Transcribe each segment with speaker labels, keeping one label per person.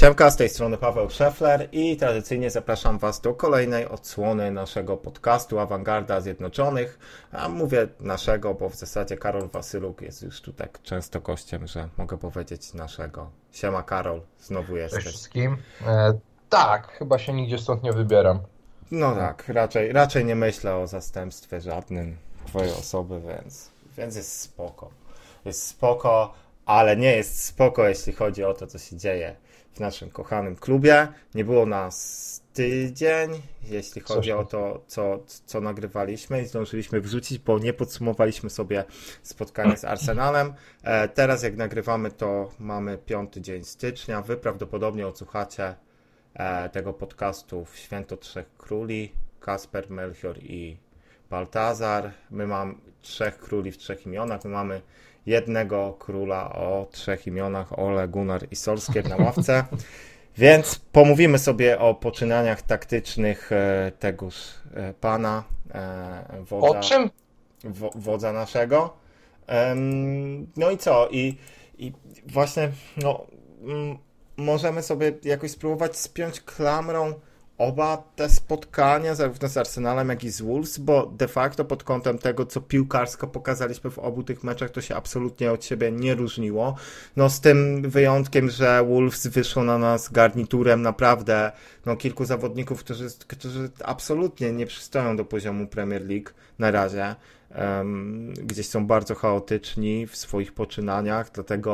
Speaker 1: Siemka, z tej strony Paweł Szefler i tradycyjnie zapraszam Was do kolejnej odsłony naszego podcastu Awangarda Zjednoczonych. A mówię naszego, bo w zasadzie Karol Wasyluk jest już tu tak często gościem, że mogę powiedzieć naszego. Siema Karol, znowu
Speaker 2: Cześć
Speaker 1: jesteś.
Speaker 2: wszystkim. Tak, chyba się nigdzie stąd nie wybieram.
Speaker 1: No tak, raczej nie myślę o zastępstwie żadnym Twojej osoby, więc jest spoko. Jest spoko, ale nie jest spoko, jeśli chodzi o to, co się dzieje w naszym kochanym klubie. Nie było nas tydzień, jeśli chodzi o to, co nagrywaliśmy i zdążyliśmy wrzucić, bo nie podsumowaliśmy sobie spotkania z Arsenalem. Teraz jak nagrywamy, to mamy 5 dzień stycznia. Wy prawdopodobnie odsłuchacie tego podcastu w Święto Trzech Króli, Kasper, Melchior i Baltazar. My mamy trzech króli w trzech imionach. My mamy jednego króla o trzech imionach, Ole, Gunnar i Solskjaer na ławce. Więc pomówimy sobie o poczynaniach taktycznych tegoż pana,
Speaker 2: O czym?
Speaker 1: wodza naszego. No i co? I właśnie możemy sobie jakoś spróbować spiąć klamrą oba te spotkania, zarówno z Arsenalem, jak i z Wolves, bo de facto pod kątem tego, co piłkarsko pokazaliśmy w obu tych meczach, to się absolutnie od siebie nie różniło. No z tym wyjątkiem, że Wolves wyszło na nas garniturem naprawdę kilku zawodników, którzy absolutnie nie przystoją do poziomu Premier League na razie. Gdzieś są bardzo chaotyczni w swoich poczynaniach,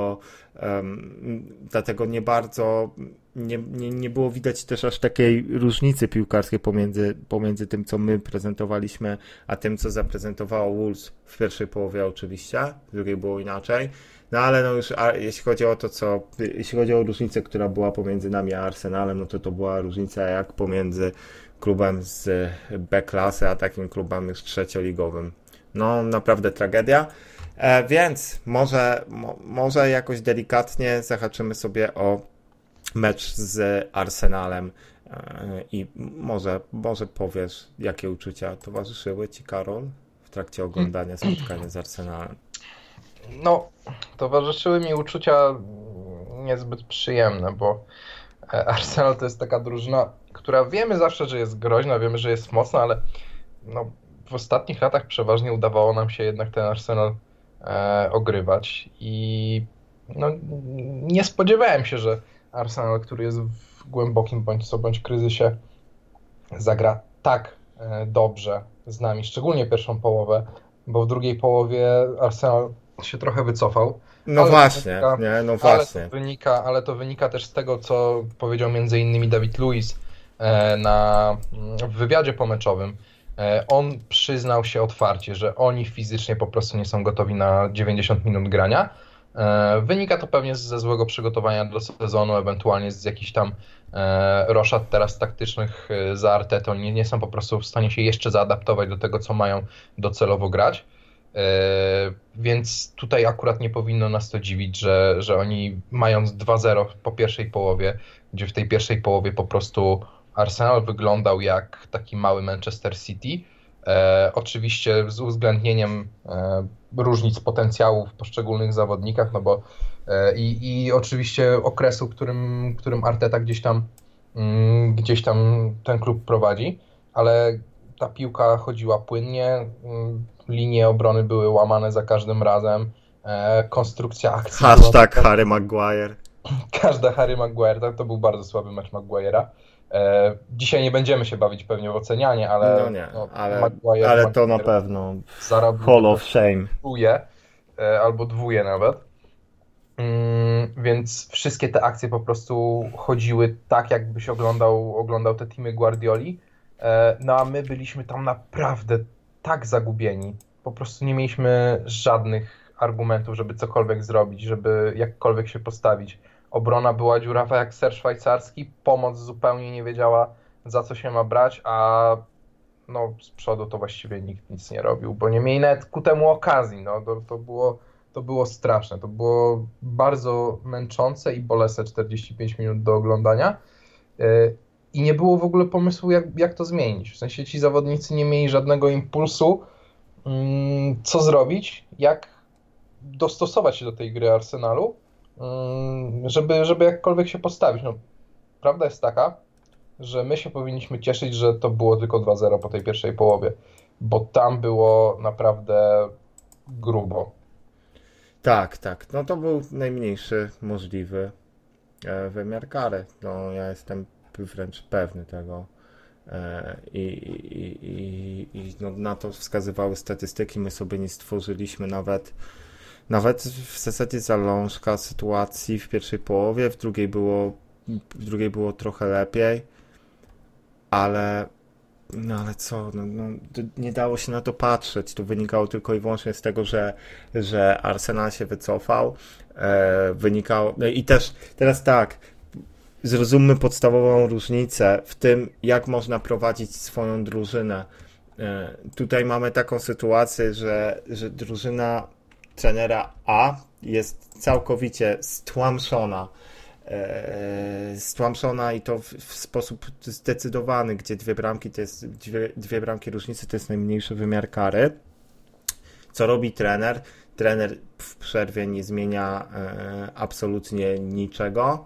Speaker 1: dlatego nie bardzo nie było widać też aż takiej różnicy piłkarskiej pomiędzy tym, co my prezentowaliśmy, a tym, co zaprezentowało Wolves w pierwszej połowie oczywiście, w drugiej było inaczej. No ale już jeśli chodzi o to, jeśli chodzi o różnicę, która była pomiędzy nami a Arsenalem, no to była różnica jak pomiędzy klubem z B-klasy, a takim klubem już trzecioligowym. No naprawdę tragedia. Więc może jakoś delikatnie zahaczymy sobie o mecz z Arsenalem i może powiesz, jakie uczucia towarzyszyły Ci, Karol, w trakcie oglądania spotkania z Arsenalem.
Speaker 2: No, towarzyszyły mi uczucia niezbyt przyjemne, bo Arsenal to jest taka drużyna, która wiemy zawsze, że jest groźna, wiemy, że jest mocna, ale no, w ostatnich latach przeważnie udawało nam się jednak ten Arsenal ogrywać i no, nie spodziewałem się, że Arsenal, który jest w głębokim bądź co bądź kryzysie, zagra tak dobrze z nami, szczególnie pierwszą połowę, bo w drugiej połowie Arsenal się trochę wycofał.
Speaker 1: No
Speaker 2: Ale to
Speaker 1: właśnie,
Speaker 2: wynika,
Speaker 1: nie, no właśnie.
Speaker 2: ale to wynika też z tego, co powiedział między innymi David Luiz w wywiadzie pomeczowym. On przyznał się otwarcie, że oni fizycznie po prostu nie są gotowi na 90 minut grania. Wynika to pewnie ze złego przygotowania do sezonu, ewentualnie z jakichś tam roszad teraz taktycznych za Artetą. Nie są po prostu w stanie się jeszcze zaadaptować do tego, co mają docelowo grać. Więc tutaj akurat nie powinno nas to dziwić, że oni mając 2-0 po pierwszej połowie, gdzie w tej pierwszej połowie po prostu Arsenal wyglądał jak taki mały Manchester City. Oczywiście z uwzględnieniem różnic potencjału w poszczególnych zawodnikach, no bo i oczywiście okresu, którym Arteta gdzieś tam ten klub prowadzi, ale ta piłka chodziła płynnie, linie obrony były łamane za każdym razem, konstrukcja akcji
Speaker 1: Hashtag Harry Maguire.
Speaker 2: Każda Harry Maguire, to był bardzo słaby mecz Maguire'a. Dzisiaj nie będziemy się bawić pewnie w ocenianie, ale
Speaker 1: No nie,
Speaker 2: Maguire
Speaker 1: ale to na pewno
Speaker 2: zarobił
Speaker 1: Hall of Shame.
Speaker 2: dwóje, albo dwóje nawet. Więc wszystkie te akcje po prostu chodziły tak, jakbyś oglądał te teamy Guardioli. No a my byliśmy tam naprawdę tak zagubieni. Po prostu nie mieliśmy żadnych argumentów, żeby cokolwiek zrobić, żeby jakkolwiek się postawić. Obrona była dziurawa jak ser szwajcarski, pomoc zupełnie nie wiedziała, za co się ma brać, a no z przodu to właściwie nikt nic nie robił, bo nie mieli nawet ku temu okazji. No, to było straszne, to było bardzo męczące i bolesne 45 minut do oglądania. I nie było w ogóle pomysłu, jak to zmienić. W sensie ci zawodnicy nie mieli żadnego impulsu, co zrobić, jak dostosować się do tej gry Arsenalu, żeby jakkolwiek się postawić. No, prawda jest taka, że my się powinniśmy cieszyć, że to było tylko 2-0 po tej pierwszej połowie, bo tam było naprawdę grubo.
Speaker 1: Tak, tak. No to był najmniejszy możliwy wymiar kary. No ja jestem wręcz pewny tego. I no, na to wskazywały statystyki. My sobie nie stworzyliśmy nawet w zasadzie zalążka sytuacji w pierwszej połowie, w drugiej było trochę lepiej, ale no ale co, nie dało się na to patrzeć. To wynikało tylko i wyłącznie z tego, że Arsenal się wycofał. Wynikało. No i też teraz tak, zrozummy podstawową różnicę w tym, jak można prowadzić swoją drużynę. Tutaj mamy taką sytuację, że drużyna trenera A jest całkowicie stłamszona i to w sposób zdecydowany, gdzie dwie bramki różnicy to jest najmniejszy wymiar kary. Co robi trener? Trener w przerwie nie zmienia absolutnie niczego.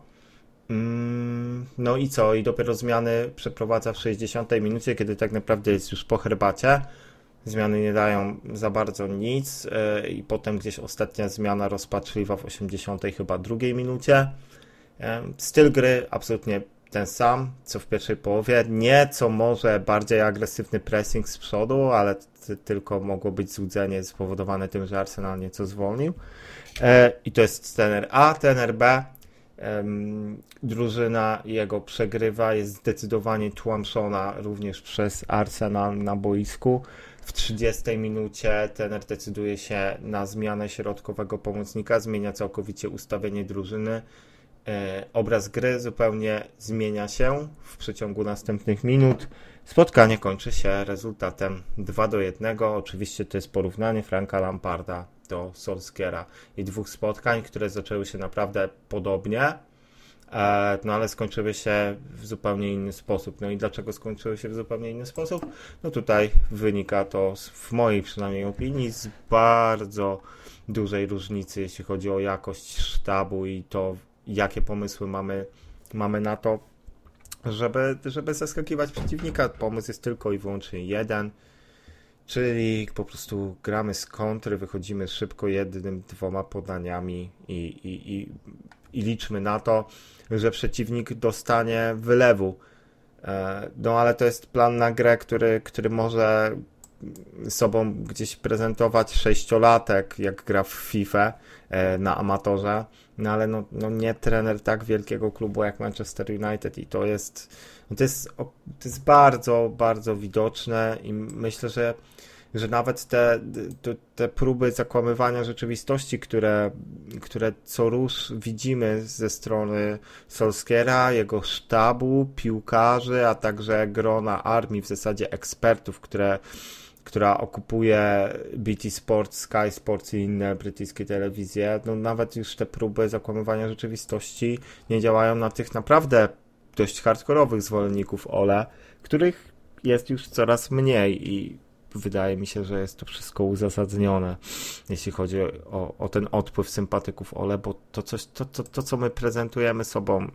Speaker 1: No i co? I dopiero zmiany przeprowadza w 60 minucie, kiedy tak naprawdę jest już po herbacie. Zmiany nie dają za bardzo nic i potem gdzieś ostatnia zmiana rozpaczliwa w 80 chyba drugiej minucie. Styl gry absolutnie ten sam, co w pierwszej połowie. Nieco może bardziej agresywny pressing z przodu, ale tylko mogło być złudzenie spowodowane tym, że Arsenal nieco zwolnił. I to jest trener A, trener B. Drużyna jego przegrywa, jest zdecydowanie tłamszona również przez Arsenal na boisku. W 30 minucie trener decyduje się na zmianę środkowego pomocnika, zmienia całkowicie ustawienie drużyny. Obraz gry zupełnie zmienia się w przeciągu następnych minut. Spotkanie kończy się rezultatem 2-1. Oczywiście to jest porównanie Franka Lamparda do Solskjaera i dwóch spotkań, które zaczęły się naprawdę podobnie, no ale skończyły się w zupełnie inny sposób. No i dlaczego skończyły się w zupełnie inny sposób? No tutaj wynika to w mojej przynajmniej opinii z bardzo dużej różnicy, jeśli chodzi o jakość sztabu i to, jakie pomysły mamy na to, żeby zaskakiwać przeciwnika. Pomysł jest tylko i wyłącznie jeden, czyli po prostu gramy z kontry, wychodzimy szybko jednym, dwoma podaniami i liczmy na to, że przeciwnik dostanie wylewu. No ale to jest plan na grę, który może sobą gdzieś prezentować sześciolatek, jak gra w FIFA na amatorze, no ale no nie trener tak wielkiego klubu jak Manchester United i to jest bardzo, bardzo widoczne i myślę, że nawet te próby zakłamywania rzeczywistości, które co rusz widzimy ze strony Solskjaera, jego sztabu, piłkarzy, a także grona armii, w zasadzie ekspertów, która okupuje BT Sports, Sky Sports i inne brytyjskie telewizje, no nawet już te próby zakłamywania rzeczywistości nie działają na tych naprawdę dość hardkorowych zwolenników Ole, których jest już coraz mniej i wydaje mi się, że jest to wszystko uzasadnione, jeśli chodzi o ten odpływ sympatyków Ole, bo to co my prezentujemy sobą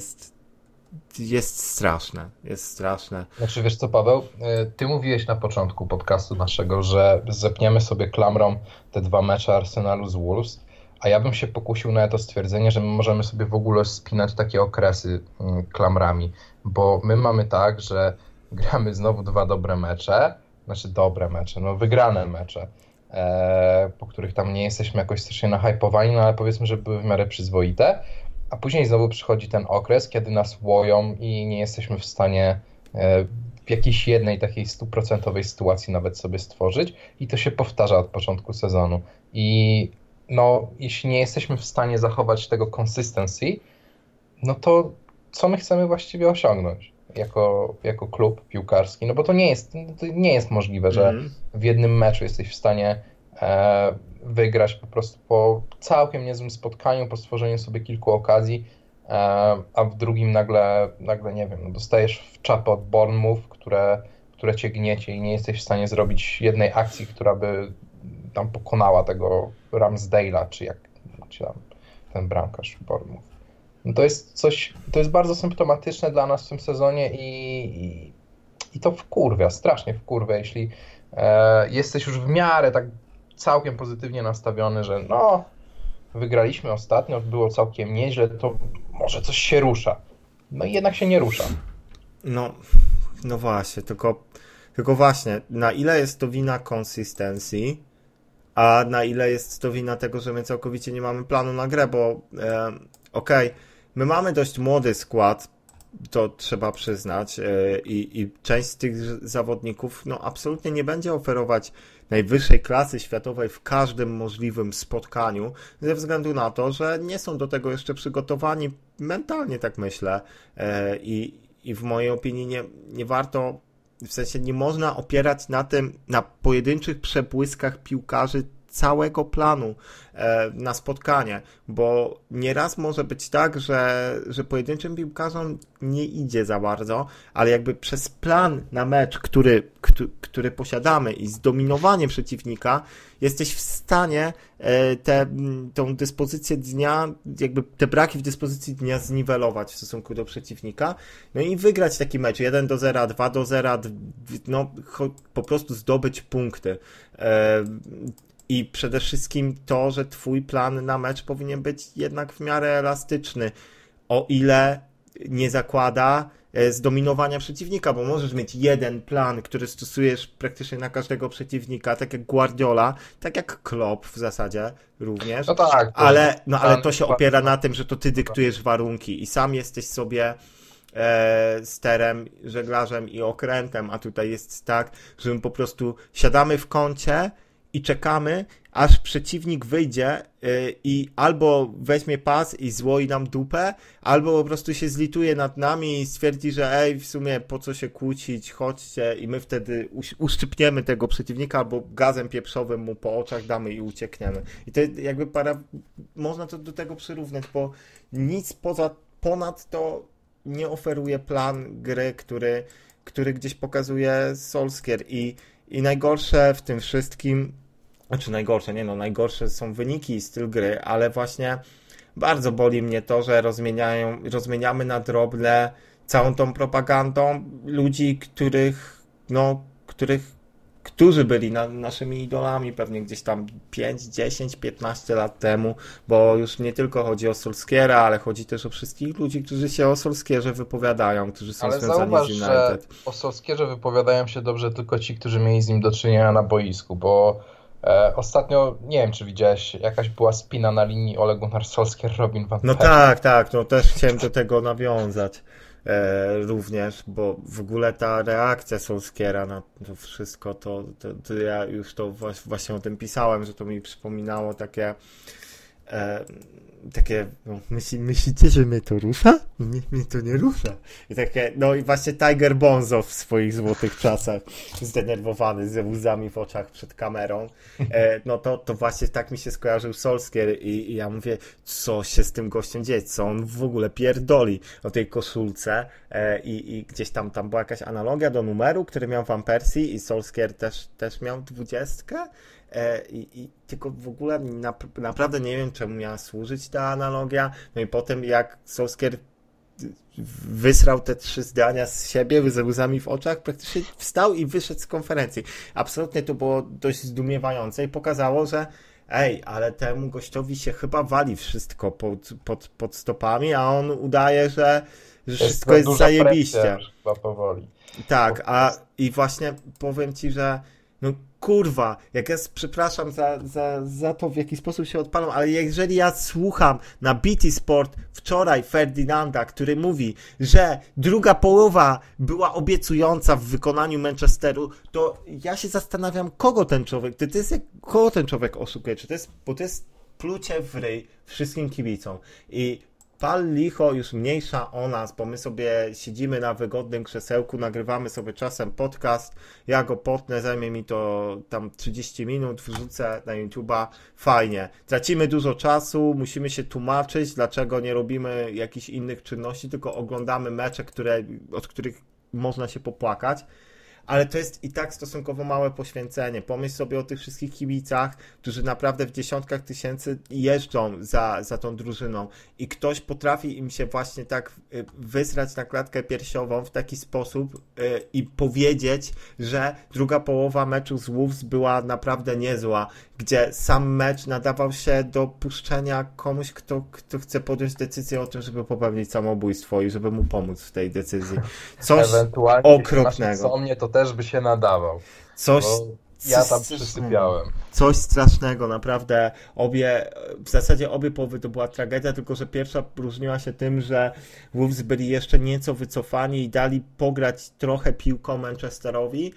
Speaker 1: jest straszne, jest straszne.
Speaker 2: Znaczy, wiesz co, Paweł, ty mówiłeś na początku podcastu naszego, że zepniemy sobie klamrą te 2 mecze Arsenalu z Wolves, a ja bym się pokusił na to stwierdzenie, że my możemy sobie w ogóle spinać takie okresy klamrami, bo my mamy tak, że gramy znowu 2 dobre mecze, no wygrane mecze, po których tam nie jesteśmy jakoś strasznie nahypowani, no ale powiedzmy, że były w miarę przyzwoite, a później znowu przychodzi ten okres, kiedy nas łoją i nie jesteśmy w stanie w jakiejś jednej takiej 100% sytuacji nawet sobie stworzyć i to się powtarza od początku sezonu. I no, jeśli nie jesteśmy w stanie zachować tego consistency, no to co my chcemy właściwie osiągnąć jako klub piłkarski? No bo to nie jest możliwe, że w jednym meczu jesteś w stanie wygrać po prostu po całkiem niezłym spotkaniu, po stworzeniu sobie kilku okazji, a w drugim nagle nie wiem, no dostajesz w czapę od Bournemouth, które cię gniecie i nie jesteś w stanie zrobić jednej akcji, która by tam pokonała tego Ramsdale'a, czy tam ten bramkarz Bournemouth. To jest coś, to jest bardzo symptomatyczne dla nas w tym sezonie i to wkurwia, strasznie wkurwia, jeśli jesteś już w miarę tak całkiem pozytywnie nastawiony, że no, wygraliśmy ostatnio, było całkiem nieźle, to może coś się rusza. No i jednak się nie rusza.
Speaker 1: No, no właśnie, tylko właśnie, na ile jest to wina konsystencji, a na ile jest to wina tego, że my całkowicie nie mamy planu na grę, bo okej, my mamy dość młody skład, to trzeba przyznać, i część z tych zawodników no absolutnie nie będzie oferować najwyższej klasy światowej w każdym możliwym spotkaniu, ze względu na to, że nie są do tego jeszcze przygotowani mentalnie, tak myślę. I w mojej opinii nie warto, w sensie nie można opierać na pojedynczych przebłyskach piłkarzy całego planu na spotkanie, bo nieraz może być tak, że pojedynczym piłkarzom nie idzie za bardzo, ale jakby przez plan na mecz, który posiadamy i zdominowanie przeciwnika, jesteś w stanie tą dyspozycję dnia, jakby te braki w dyspozycji dnia zniwelować w stosunku do przeciwnika, no i wygrać taki mecz 1-0, 2-0, no po prostu zdobyć punkty. I przede wszystkim to, że twój plan na mecz powinien być jednak w miarę elastyczny, o ile nie zakłada zdominowania przeciwnika, bo możesz mieć jeden plan, który stosujesz praktycznie na każdego przeciwnika, tak jak Guardiola, tak jak Klopp w zasadzie również,
Speaker 2: No tak,
Speaker 1: ale to się opiera na tym, że to ty dyktujesz warunki i sam jesteś sobie sterem, żeglarzem i okrętem, a tutaj jest tak, że my po prostu siadamy w kącie i czekamy, aż przeciwnik wyjdzie i albo weźmie pas i złoi nam dupę, albo po prostu się zlituje nad nami i stwierdzi, że ej, w sumie po co się kłócić, chodźcie, i my wtedy uszczypniemy tego przeciwnika albo gazem pieprzowym mu po oczach damy i uciekniemy. I to jakby można to do tego przyrównać, bo nic ponad to nie oferuje plan gry, który gdzieś pokazuje Solskjaer i najgorsze w tym wszystkim, znaczy najgorsze, nie no, najgorsze są wyniki i styl gry, ale właśnie bardzo boli mnie to, że rozmieniamy na drobne całą tą propagandą ludzi, którzy byli naszymi idolami pewnie gdzieś tam 5, 10, 15 lat temu, bo już nie tylko chodzi o Solskjaera, ale chodzi też o wszystkich ludzi, którzy się o Solskjaerze wypowiadają, którzy są
Speaker 2: Ale
Speaker 1: związani
Speaker 2: zauważ,
Speaker 1: z United.
Speaker 2: że o Solskjaerze wypowiadają się dobrze tylko ci, którzy mieli z nim do czynienia na boisku, bo ostatnio, nie wiem czy widziałeś, jakaś była spina na linii Ole Gunnar Solskjaer, Robin van
Speaker 1: No
Speaker 2: Persie.
Speaker 1: tak, no też chciałem do tego nawiązać również, bo w ogóle ta reakcja Solskjaera na to wszystko, to ja już to właśnie o tym pisałem, że to mi przypominało takie, no, myślicie, że mnie to rusza? Mnie to nie rusza. I takie, no i właśnie Tiger Bonzo w swoich złotych czasach, zdenerwowany, ze łzami w oczach przed kamerą, no to właśnie tak mi się skojarzył Solskjaer i ja mówię, co się z tym gościem dzieje, co on w ogóle pierdoli o tej koszulce i gdzieś tam była jakaś analogia do numeru, który miał Van Persie i Solskjaer też miał 20. I tylko w ogóle naprawdę nie wiem, czemu miała służyć ta analogia. No i potem jak Solskjaer wysrał te 3 zdania z siebie ze łzami w oczach, praktycznie wstał i wyszedł z konferencji. Absolutnie to było dość zdumiewające i pokazało, że ale temu gościowi się chyba wali wszystko pod stopami, a on udaje, że wszystko jest zajebiście.
Speaker 2: Chyba powoli.
Speaker 1: Tak, i właśnie powiem ci, że no kurwa, jak ja przepraszam za to, w jaki sposób się odpalam, ale jeżeli ja słucham na BT Sport wczoraj Ferdinanda, który mówi, że druga połowa była obiecująca w wykonaniu Manchesteru, to ja się zastanawiam, kogo ten człowiek oszukuje, bo to jest plucie w ryj wszystkim kibicom. I pal licho, już mniejsza o nas, bo my sobie siedzimy na wygodnym krzesełku, nagrywamy sobie czasem podcast, ja go potnę, zajmie mi to tam 30 minut, wrzucę na YouTube'a, fajnie. Tracimy dużo czasu, musimy się tłumaczyć, dlaczego nie robimy jakichś innych czynności, tylko oglądamy mecze, od których można się popłakać, ale to jest i tak stosunkowo małe poświęcenie. Pomyśl sobie o tych wszystkich kibicach, którzy naprawdę w dziesiątkach tysięcy jeżdżą za tą drużyną i ktoś potrafi im się właśnie tak wysrać na klatkę piersiową w taki sposób i powiedzieć, że druga połowa meczu z Wolves była naprawdę niezła, gdzie sam mecz nadawał się do puszczenia komuś, kto chce podjąć decyzję o tym, żeby popełnić samobójstwo i żeby mu pomóc w tej decyzji. Coś
Speaker 2: Ewentualnie
Speaker 1: okropnego.
Speaker 2: o mnie to też by się nadawał.
Speaker 1: Coś
Speaker 2: Ja tam przysypiałem.
Speaker 1: Coś strasznego, naprawdę. W zasadzie obie połowy to była tragedia, tylko że pierwsza różniła się tym, że Wolves byli jeszcze nieco wycofani i dali pograć trochę piłką Manchesterowi.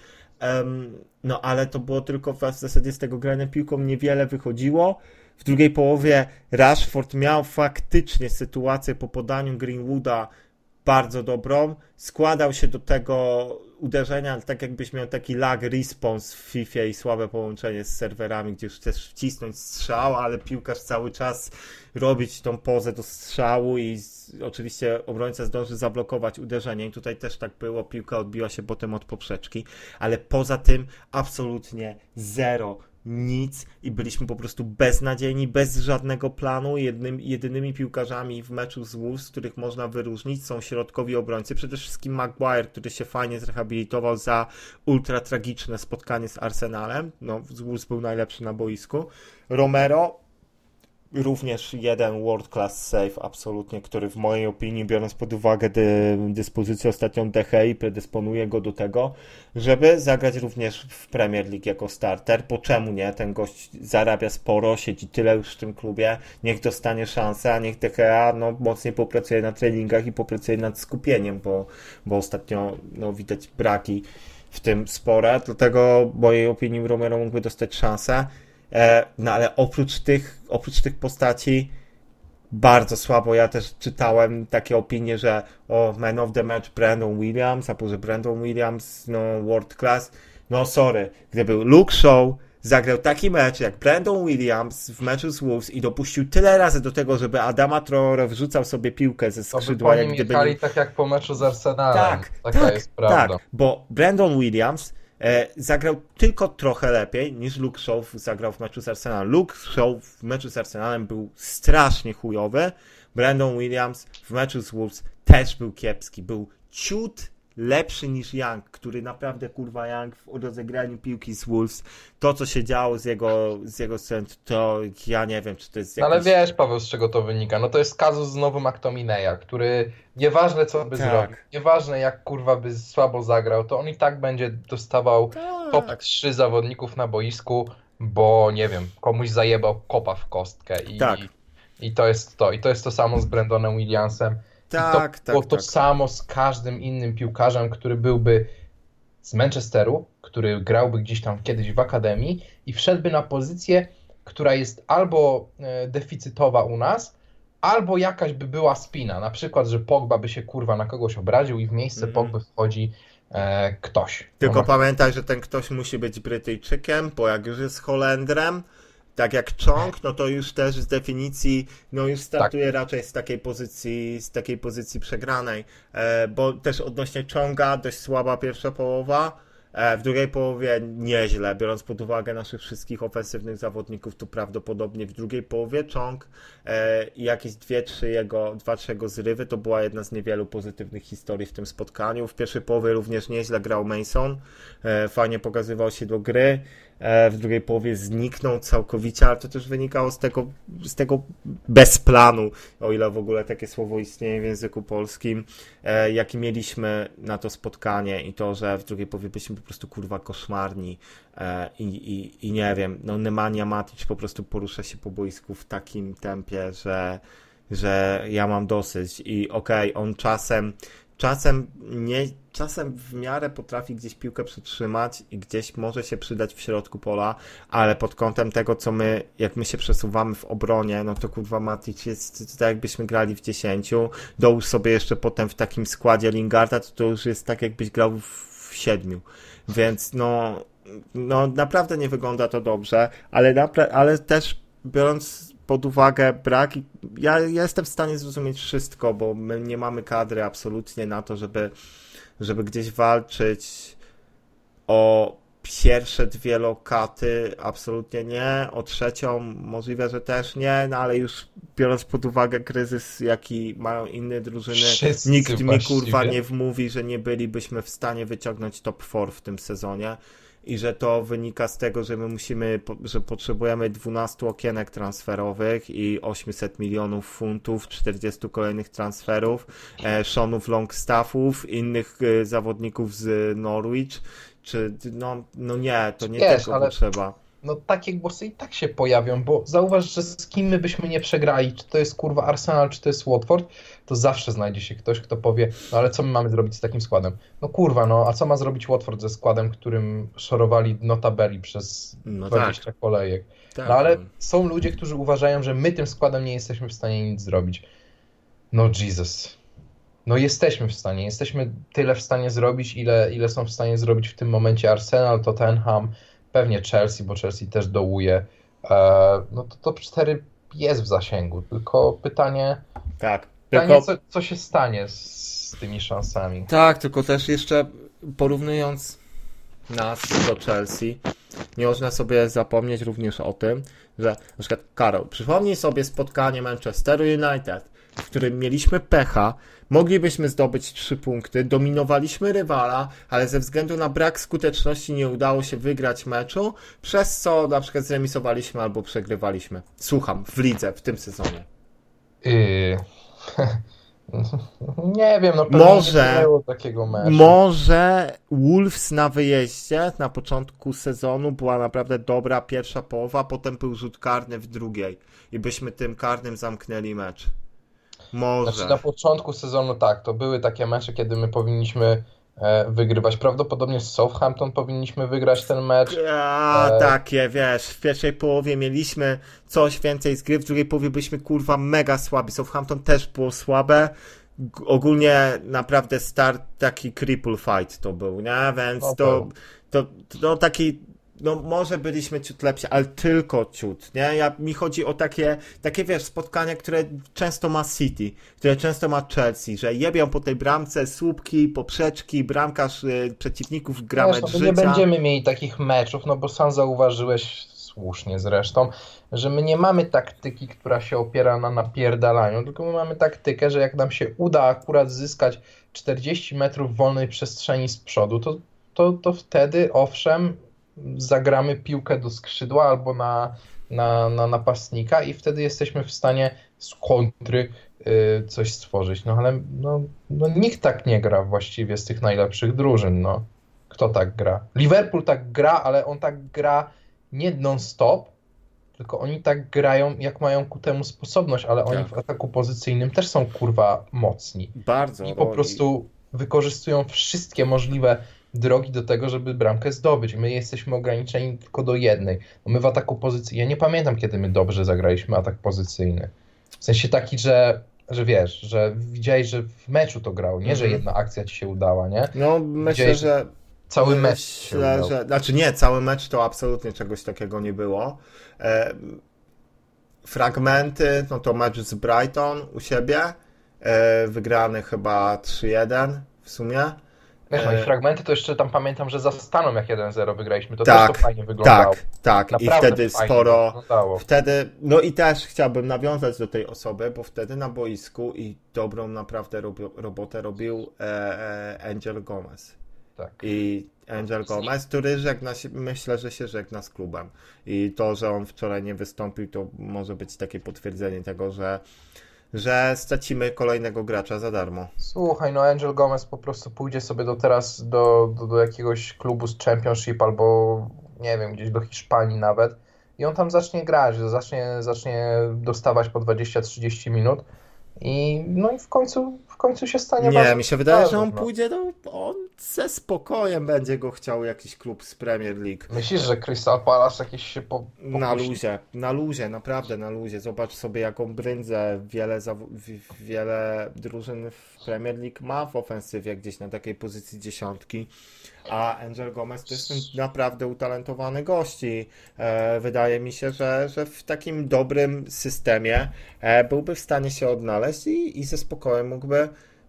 Speaker 1: No ale to było tylko w zasadzie z tego grania piłką niewiele wychodziło. W drugiej połowie Rashford miał faktycznie sytuację po podaniu Greenwooda bardzo dobrą. Składał się do tego uderzenia, tak jakbyś miał taki lag response w FIFA i słabe połączenie z serwerami, gdzie już chcesz wcisnąć strzał, ale piłkarz cały czas robić tą pozę do strzału i oczywiście obrońca zdąży zablokować uderzenie i tutaj też tak było, piłka odbiła się potem od poprzeczki, ale poza tym absolutnie zero, nic i byliśmy po prostu beznadziejni, bez żadnego planu. Jedynymi piłkarzami w meczu z Wolves, których można wyróżnić, są środkowi obrońcy. Przede wszystkim Maguire, który się fajnie zrehabilitował za ultra tragiczne spotkanie z Arsenalem. No, z Wolves był najlepszy na boisku. Romero również jeden world class save absolutnie, który w mojej opinii, biorąc pod uwagę dyspozycję ostatnią De Gea, predysponuje go do tego, żeby zagrać również w Premier League jako starter, bo czemu nie? Ten gość zarabia sporo, siedzi tyle już w tym klubie, niech dostanie szansę, a niech De Gea mocniej popracuje na treningach i popracuje nad skupieniem, bo ostatnio widać braki w tym spore, dlatego w mojej opinii Romero mógłby dostać szansę. No ale oprócz tych postaci bardzo słabo. Ja też czytałem takie opinie, że man of the match Brandon Williams, a że Brandon Williams world class. No sorry, gdyby Luke Shaw zagrał taki mecz jak Brandon Williams w meczu z Wolves i dopuścił tyle razy do tego, żeby Adama Traore wrzucał sobie piłkę ze skrzydła,
Speaker 2: jak gdyby jechali tak jak po meczu z Arsenalem. Taka jest prawda.
Speaker 1: Tak, bo Brandon Williams zagrał tylko trochę lepiej niż Luke Shaw zagrał w meczu z Arsenalem. Luke Shaw w meczu z Arsenalem był strasznie chujowy. Brandon Williams w meczu z Wolves też był kiepski. Był ciut lepszy niż Young, który naprawdę Young w rozegraniu piłki z Wolves, to co się działo z jego strony, to ja nie wiem, czy to jest jakiś...
Speaker 2: Ale wiesz, Paweł, z czego to wynika? No to jest kazus znowu McTominaya, który nieważne co by zrobił, nieważne jak by słabo zagrał, to on i tak będzie dostawał top 3 zawodników na boisku, bo nie wiem, komuś zajebał kopa w kostkę i to jest to. I to jest to samo z Brandonem Williamsem. To samo z każdym innym piłkarzem, który byłby z Manchesteru, który grałby gdzieś tam kiedyś w akademii i wszedłby na pozycję, która jest albo deficytowa u nas, albo jakaś by była spina. Na przykład, że Pogba by się na kogoś obraził i w miejsce Pogby wchodzi ktoś.
Speaker 1: Tylko pamiętaj, że ten ktoś musi być Brytyjczykiem, bo jak już jest Holendrem, tak jak Chong, no to już też z definicji, już startuje raczej z takiej pozycji przegranej, bo też odnośnie Chonga dość słaba pierwsza połowa, w drugiej połowie nieźle, biorąc pod uwagę naszych wszystkich ofensywnych zawodników, to prawdopodobnie w drugiej połowie Chong i jakieś 2-3 jego zrywy, to była jedna z niewielu pozytywnych historii w tym spotkaniu. W pierwszej połowie również nieźle grał Mason, fajnie pokazywał się do gry, w drugiej połowie zniknął całkowicie, ale to też wynikało z tego bez planu, o ile w ogóle takie słowo istnieje w języku polskim, jaki mieliśmy na to spotkanie i to, że w drugiej połowie byliśmy po prostu koszmarni i nie wiem, Nemanja Matic po prostu porusza się po boisku w takim tempie, że ja mam dosyć i on czasem w miarę potrafi gdzieś piłkę przytrzymać i gdzieś może się przydać w środku pola, ale pod kątem tego, jak my się przesuwamy w obronie, no to Matic jest tak jakbyśmy grali w 10, dołóż sobie jeszcze potem w takim składzie Lingarda, to już jest tak jakbyś grał w 7, więc naprawdę nie wygląda to dobrze, ale też biorąc pod uwagę brak, ja jestem w stanie zrozumieć wszystko, bo my nie mamy kadry absolutnie na to, żeby gdzieś walczyć O pierwsze dwie lokaty absolutnie nie, o trzecią możliwe, że też nie, no ale już biorąc pod uwagę kryzys, jaki mają inne drużyny,
Speaker 2: Wszyscy
Speaker 1: nikt mi
Speaker 2: właściwie.
Speaker 1: kurwa nie wmówi, że nie bylibyśmy w stanie wyciągnąć top 4 w tym sezonie i że to wynika z tego, że my że potrzebujemy 12 okienek transferowych i 800 milionów funtów, 40 kolejnych transferów, Seanów Longstaffów, innych zawodników z Norwich, czy no nie, to nie
Speaker 2: Wiesz,
Speaker 1: tylko
Speaker 2: ale
Speaker 1: potrzeba.
Speaker 2: no takie głosy i tak się pojawią, bo zauważ, że z kim my byśmy nie przegrali, czy to jest kurwa Arsenal, czy to jest Watford, to zawsze znajdzie się ktoś, kto powie, no ale co my mamy zrobić z takim składem? No kurwa, no a co ma zrobić Watford ze składem, którym szorowali dno tabeli przez
Speaker 1: No
Speaker 2: 20 kolejek?
Speaker 1: tak,
Speaker 2: No ale są ludzie, którzy uważają, że my tym składem nie jesteśmy w stanie nic zrobić. No Jesus. No jesteśmy w stanie, jesteśmy tyle w stanie zrobić, ile są w stanie zrobić w tym momencie Arsenal, Tottenham, pewnie Chelsea, bo Chelsea też dołuje. No to top 4 jest w zasięgu, tylko pytanie,
Speaker 1: tak. Tylko,
Speaker 2: co się stanie z tymi szansami.
Speaker 1: tak, tylko też jeszcze porównując nas do Chelsea, nie można sobie zapomnieć również o tym, że na przykład Karol, przypomnij sobie spotkanie Manchesteru United, w którym mieliśmy pecha, moglibyśmy zdobyć 3 punkty, dominowaliśmy rywala, ale ze względu na brak skuteczności nie udało się wygrać meczu, przez co na przykład zremisowaliśmy albo przegrywaliśmy. Słucham, w lidze, w tym sezonie.
Speaker 2: Yy. Nie wiem, no pewnie nie było takiego meczu.
Speaker 1: Może Wolves na wyjeździe na początku sezonu była naprawdę dobra pierwsza połowa, potem był rzut karny w drugiej i byśmy tym karnym zamknęli mecz. Może.
Speaker 2: Znaczy na początku sezonu tak, to były takie mecze, kiedy my powinniśmy wygrywać. Prawdopodobnie z Southampton powinniśmy wygrać ten mecz.
Speaker 1: Takie, wiesz, w pierwszej połowie mieliśmy coś więcej z gry, w drugiej połowie byliśmy kurwa mega słabi. Southampton też było słabe. Ogólnie naprawdę start taki cripple fight to był, nie? Więc to taki, no może byliśmy ciut lepsi, ale tylko ciut, nie? Mi chodzi o takie wiesz, spotkania, które często ma City, które często ma Chelsea, że jebią po tej bramce słupki, poprzeczki, bramkarz przeciwników gra mecz życia.
Speaker 2: Nie będziemy mieli takich meczów, no bo sam zauważyłeś słusznie zresztą, że my nie mamy taktyki, która się opiera na napierdalaniu, tylko my mamy taktykę, że jak nam się uda akurat zyskać 40 metrów wolnej przestrzeni z przodu, to wtedy owszem zagramy piłkę do skrzydła albo na napastnika i wtedy jesteśmy w stanie z kontry coś stworzyć. No ale nikt tak nie gra właściwie z tych najlepszych drużyn. No. Kto tak gra? Liverpool tak gra, ale on tak gra nie non-stop, tylko oni tak grają, jak mają ku temu sposobność, ale oni w ataku pozycyjnym też są kurwa mocni.
Speaker 1: Bardzo.
Speaker 2: I po prostu wykorzystują wszystkie możliwe drogi do tego, żeby bramkę zdobyć. My jesteśmy ograniczeni tylko do jednej. No my w ataku pozycyjnym, ja nie pamiętam, kiedy my dobrze zagraliśmy atak pozycyjny. W sensie taki, że wiesz, że widziałeś, że w meczu to grał, nie, że jedna akcja ci się udała, nie?
Speaker 1: No myślę, że
Speaker 2: cały mecz się udał.
Speaker 1: Znaczy nie, cały mecz to absolutnie czegoś takiego nie było. Fragmenty, no to mecz z Brighton u siebie, wygrany chyba 3-1 w sumie.
Speaker 2: Wiesz, no i fragmenty to jeszcze tam pamiętam, że za Staną jak 1-0 wygraliśmy, to też to fajnie wyglądało.
Speaker 1: Tak.
Speaker 2: Naprawdę
Speaker 1: i wtedy sporo,
Speaker 2: wtedy,
Speaker 1: no i też chciałbym nawiązać do tej osoby, bo wtedy na boisku i dobrą naprawdę robotę robił Angel Gomez.
Speaker 2: Tak.
Speaker 1: I Angel Gomez, który myślę, że się żegna z klubem. I to, że on wczoraj nie wystąpił, to może być takie potwierdzenie tego, że stracimy kolejnego gracza za darmo.
Speaker 2: Słuchaj, no Angel Gomez po prostu pójdzie sobie teraz do jakiegoś klubu z Championship albo nie wiem, gdzieś do Hiszpanii nawet i on tam zacznie grać, zacznie dostawać po 20-30 minut i no i w końcu się stanie
Speaker 1: Nie, mi się wydaje, że on pójdzie on ze spokojem będzie go chciał jakiś klub z Premier League.
Speaker 2: Myślisz, że Crystal Palace jakiś się
Speaker 1: Na luzie, naprawdę na luzie. Zobacz sobie, jaką bryndzę wiele drużyn w Premier League ma w ofensywie gdzieś na takiej pozycji dziesiątki, a Angel Gomez to jest naprawdę utalentowany gość i wydaje mi się, że w takim dobrym systemie byłby w stanie się odnaleźć i ze spokojem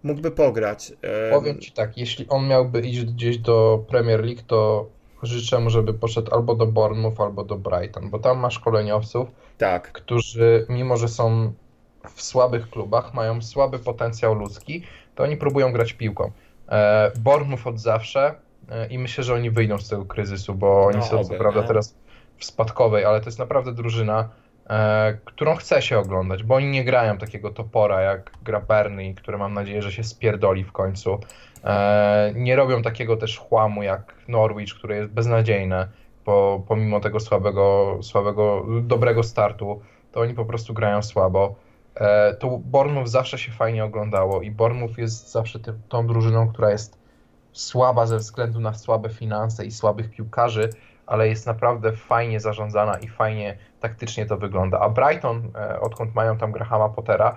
Speaker 1: mógłby pograć.
Speaker 2: Powiem Ci tak, jeśli on miałby iść gdzieś do Premier League, to życzę mu, żeby poszedł albo do Bournemouth, albo do Brighton, bo tam ma szkoleniowców,
Speaker 1: Tak.
Speaker 2: którzy mimo, że są w słabych klubach, mają słaby potencjał ludzki, to oni próbują grać piłką. Bournemouth od zawsze i myślę, że oni wyjdą z tego kryzysu, bo oni
Speaker 1: No,
Speaker 2: są co prawda teraz w spadkowej, ale to jest naprawdę drużyna, którą chce się oglądać, bo oni nie grają takiego topora jak gra Burnley, który mam nadzieję, że się spierdoli w końcu. Nie robią takiego też chłamu jak Norwich, które jest beznadziejne, pomimo tego słabego, dobrego startu, to oni po prostu grają słabo. To Bournemouth zawsze się fajnie oglądało i Bournemouth jest zawsze tą drużyną, która jest słaba ze względu na słabe finanse i słabych piłkarzy, ale jest naprawdę fajnie zarządzana i fajnie taktycznie to wygląda. A Brighton, odkąd mają tam Grahama Pottera,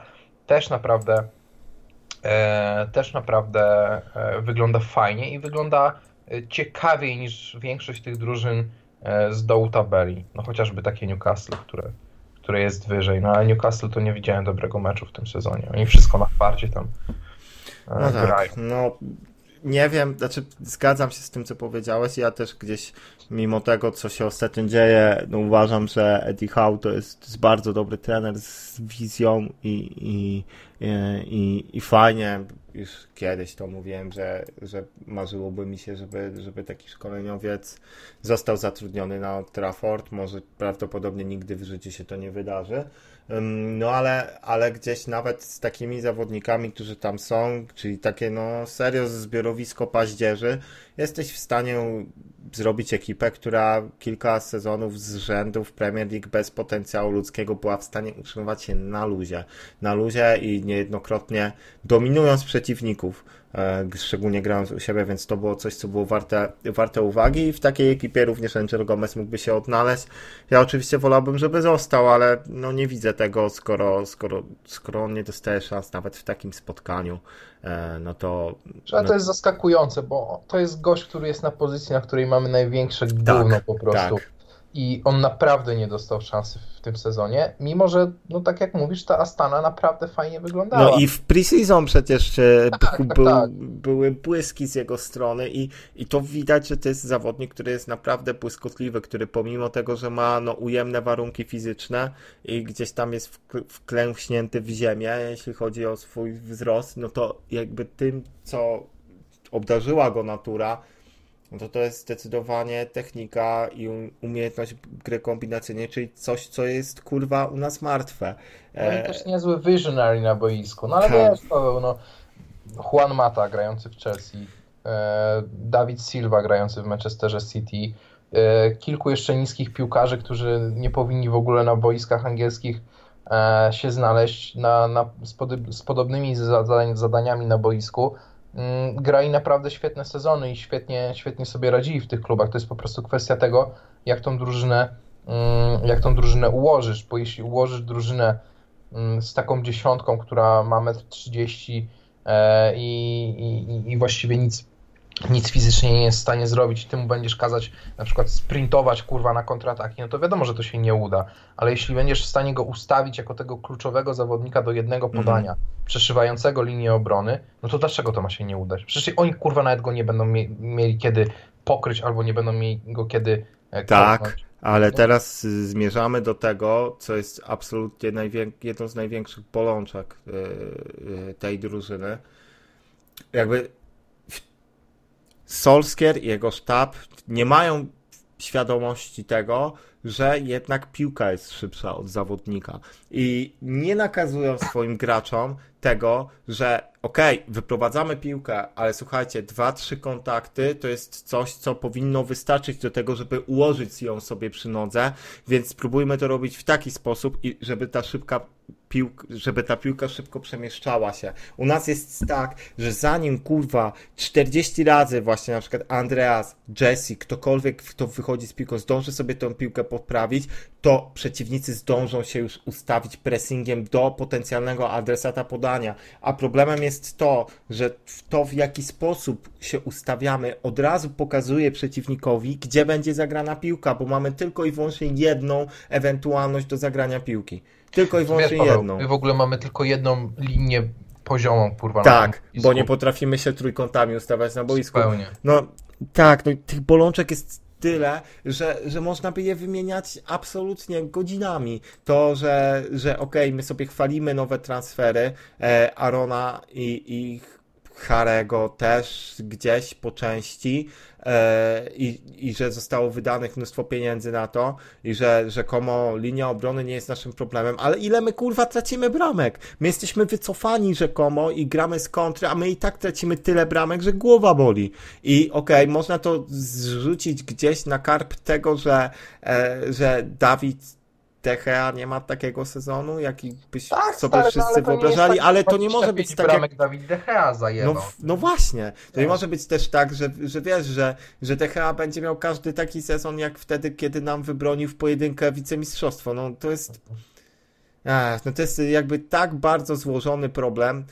Speaker 2: też naprawdę wygląda fajnie i wygląda ciekawiej niż większość tych drużyn z dołu tabeli. No chociażby takie Newcastle, które jest wyżej. No ale Newcastle to nie widziałem dobrego meczu w tym sezonie. Oni wszystko na farcie tam
Speaker 1: No
Speaker 2: grają.
Speaker 1: tak, no nie wiem, znaczy zgadzam się z tym, co powiedziałeś. Ja też gdzieś, mimo tego, co się ostatnio dzieje, no uważam, że Eddie Howe to jest bardzo dobry trener z wizją i fajnie. Już kiedyś to mówiłem, że marzyłoby mi się, żeby taki szkoleniowiec został zatrudniony na Old Trafford. Może prawdopodobnie nigdy w życiu się to nie wydarzy. No ale gdzieś nawet z takimi zawodnikami, którzy tam są, czyli takie no serio zbiorowisko paździerzy, jesteś w stanie zrobić ekipę, która kilka sezonów z rzędu w Premier League bez potencjału ludzkiego była w stanie utrzymywać się na luzie i niejednokrotnie dominując przeciwników, szczególnie grając u siebie, więc to było coś, co było warte uwagi i w takiej ekipie również Angel Gomez mógłby się odnaleźć. Ja oczywiście wolałbym, żeby został, ale no nie widzę tego, skoro on nie dostaje szans nawet w takim spotkaniu, no to...
Speaker 2: Ale to jest zaskakujące, bo to jest gość, który jest na pozycji, na której mamy największe gówno po prostu.
Speaker 1: Tak.
Speaker 2: I on naprawdę nie dostał szansy w tym sezonie, mimo że, no tak jak mówisz, ta Astana naprawdę fajnie wyglądała.
Speaker 1: No i w pre-season przecież
Speaker 2: Tak.
Speaker 1: były błyski z jego strony i to widać, że to jest zawodnik, który jest naprawdę błyskotliwy, który pomimo tego, że ma no, ujemne warunki fizyczne i gdzieś tam jest wklęśnięty w ziemię, jeśli chodzi o swój wzrost, no to jakby tym, co obdarzyła go natura, no to jest zdecydowanie technika i umiejętność gry kombinacyjnej, czyli coś, co jest kurwa u nas martwe.
Speaker 2: No i też niezły visionary na boisku. No ale
Speaker 1: Tak.
Speaker 2: wiesz, Paweł, no, Juan Mata grający w Chelsea, David Silva grający w Manchesterze City, kilku jeszcze niskich piłkarzy, którzy nie powinni w ogóle na boiskach angielskich się znaleźć z podobnymi zadaniami na boisku. Grali naprawdę świetne sezony i świetnie sobie radzili w tych klubach. To jest po prostu kwestia tego, jak tą drużynę ułożysz, bo jeśli ułożysz drużynę z taką dziesiątką, która ma 1,30 m i właściwie nic fizycznie nie jest w stanie zrobić i ty mu będziesz kazać na przykład sprintować kurwa na kontrataki, no to wiadomo, że to się nie uda, ale jeśli będziesz w stanie go ustawić jako tego kluczowego zawodnika do jednego podania, przeszywającego linię obrony, no to dlaczego to ma się nie udać? Przecież oni kurwa nawet go nie będą mieli kiedy pokryć albo nie będą mieli go kiedy
Speaker 1: Tak,
Speaker 2: kopnąć.
Speaker 1: ale teraz zmierzamy do tego, co jest absolutnie jedną z największych bolączek tej drużyny. Jakby Solskjaer i jego sztab nie mają świadomości tego, że jednak piłka jest szybsza od zawodnika i nie nakazują swoim graczom tego, że wyprowadzamy piłkę, ale słuchajcie, 2-3 kontakty to jest coś, co powinno wystarczyć do tego, żeby ułożyć ją sobie przy nodze, więc spróbujmy to robić w taki sposób, żeby ta piłka szybko przemieszczała się. U nas jest tak, że zanim 40 razy właśnie na przykład Andreas, Jesse, ktokolwiek kto wychodzi z piłką zdąży sobie tę piłkę poprawić, to przeciwnicy zdążą się już ustawić pressingiem do potencjalnego adresata podania. A problemem jest to, że w jaki sposób się ustawiamy, od razu pokazuje przeciwnikowi, gdzie będzie zagrana piłka, bo mamy tylko i wyłącznie jedną ewentualność do zagrania piłki. Tylko i wyłącznie
Speaker 2: Wiesz, Paweł,
Speaker 1: jedną.
Speaker 2: my w ogóle mamy tylko jedną linię poziomą, kurwa, na
Speaker 1: Tak,
Speaker 2: tym
Speaker 1: bo
Speaker 2: boisku.
Speaker 1: nie potrafimy się trójkątami ustawiać na boisku.
Speaker 2: Zupełnie.
Speaker 1: No tak, no i tych bolączek jest tyle, że można by je wymieniać absolutnie godzinami. To, że okej, my sobie chwalimy nowe transfery, Arona i Harego też gdzieś po części, i że zostało wydanych mnóstwo pieniędzy na to i że rzekomo linia obrony nie jest naszym problemem, ale ile my kurwa tracimy bramek? My jesteśmy wycofani rzekomo i gramy z kontry, a my i tak tracimy tyle bramek, że głowa boli. I okej, można to zrzucić gdzieś na karb tego, że Dawid De Gea nie ma takiego sezonu, jaki byś
Speaker 2: Tak,
Speaker 1: sobie
Speaker 2: stary, no,
Speaker 1: wszyscy
Speaker 2: ale to nie jest
Speaker 1: wyobrażali,
Speaker 2: tak,
Speaker 1: ale
Speaker 2: że
Speaker 1: to nie może
Speaker 2: 25
Speaker 1: być tak jak...
Speaker 2: bramek Dawid De Gea zajebał.
Speaker 1: No właśnie, to nie
Speaker 2: Nie.
Speaker 1: może być też tak, że wiesz, że THA będzie miał każdy taki sezon jak wtedy, kiedy nam wybronił w pojedynkę wicemistrzostwo. No to jest, no to jest jakby tak bardzo złożony problem,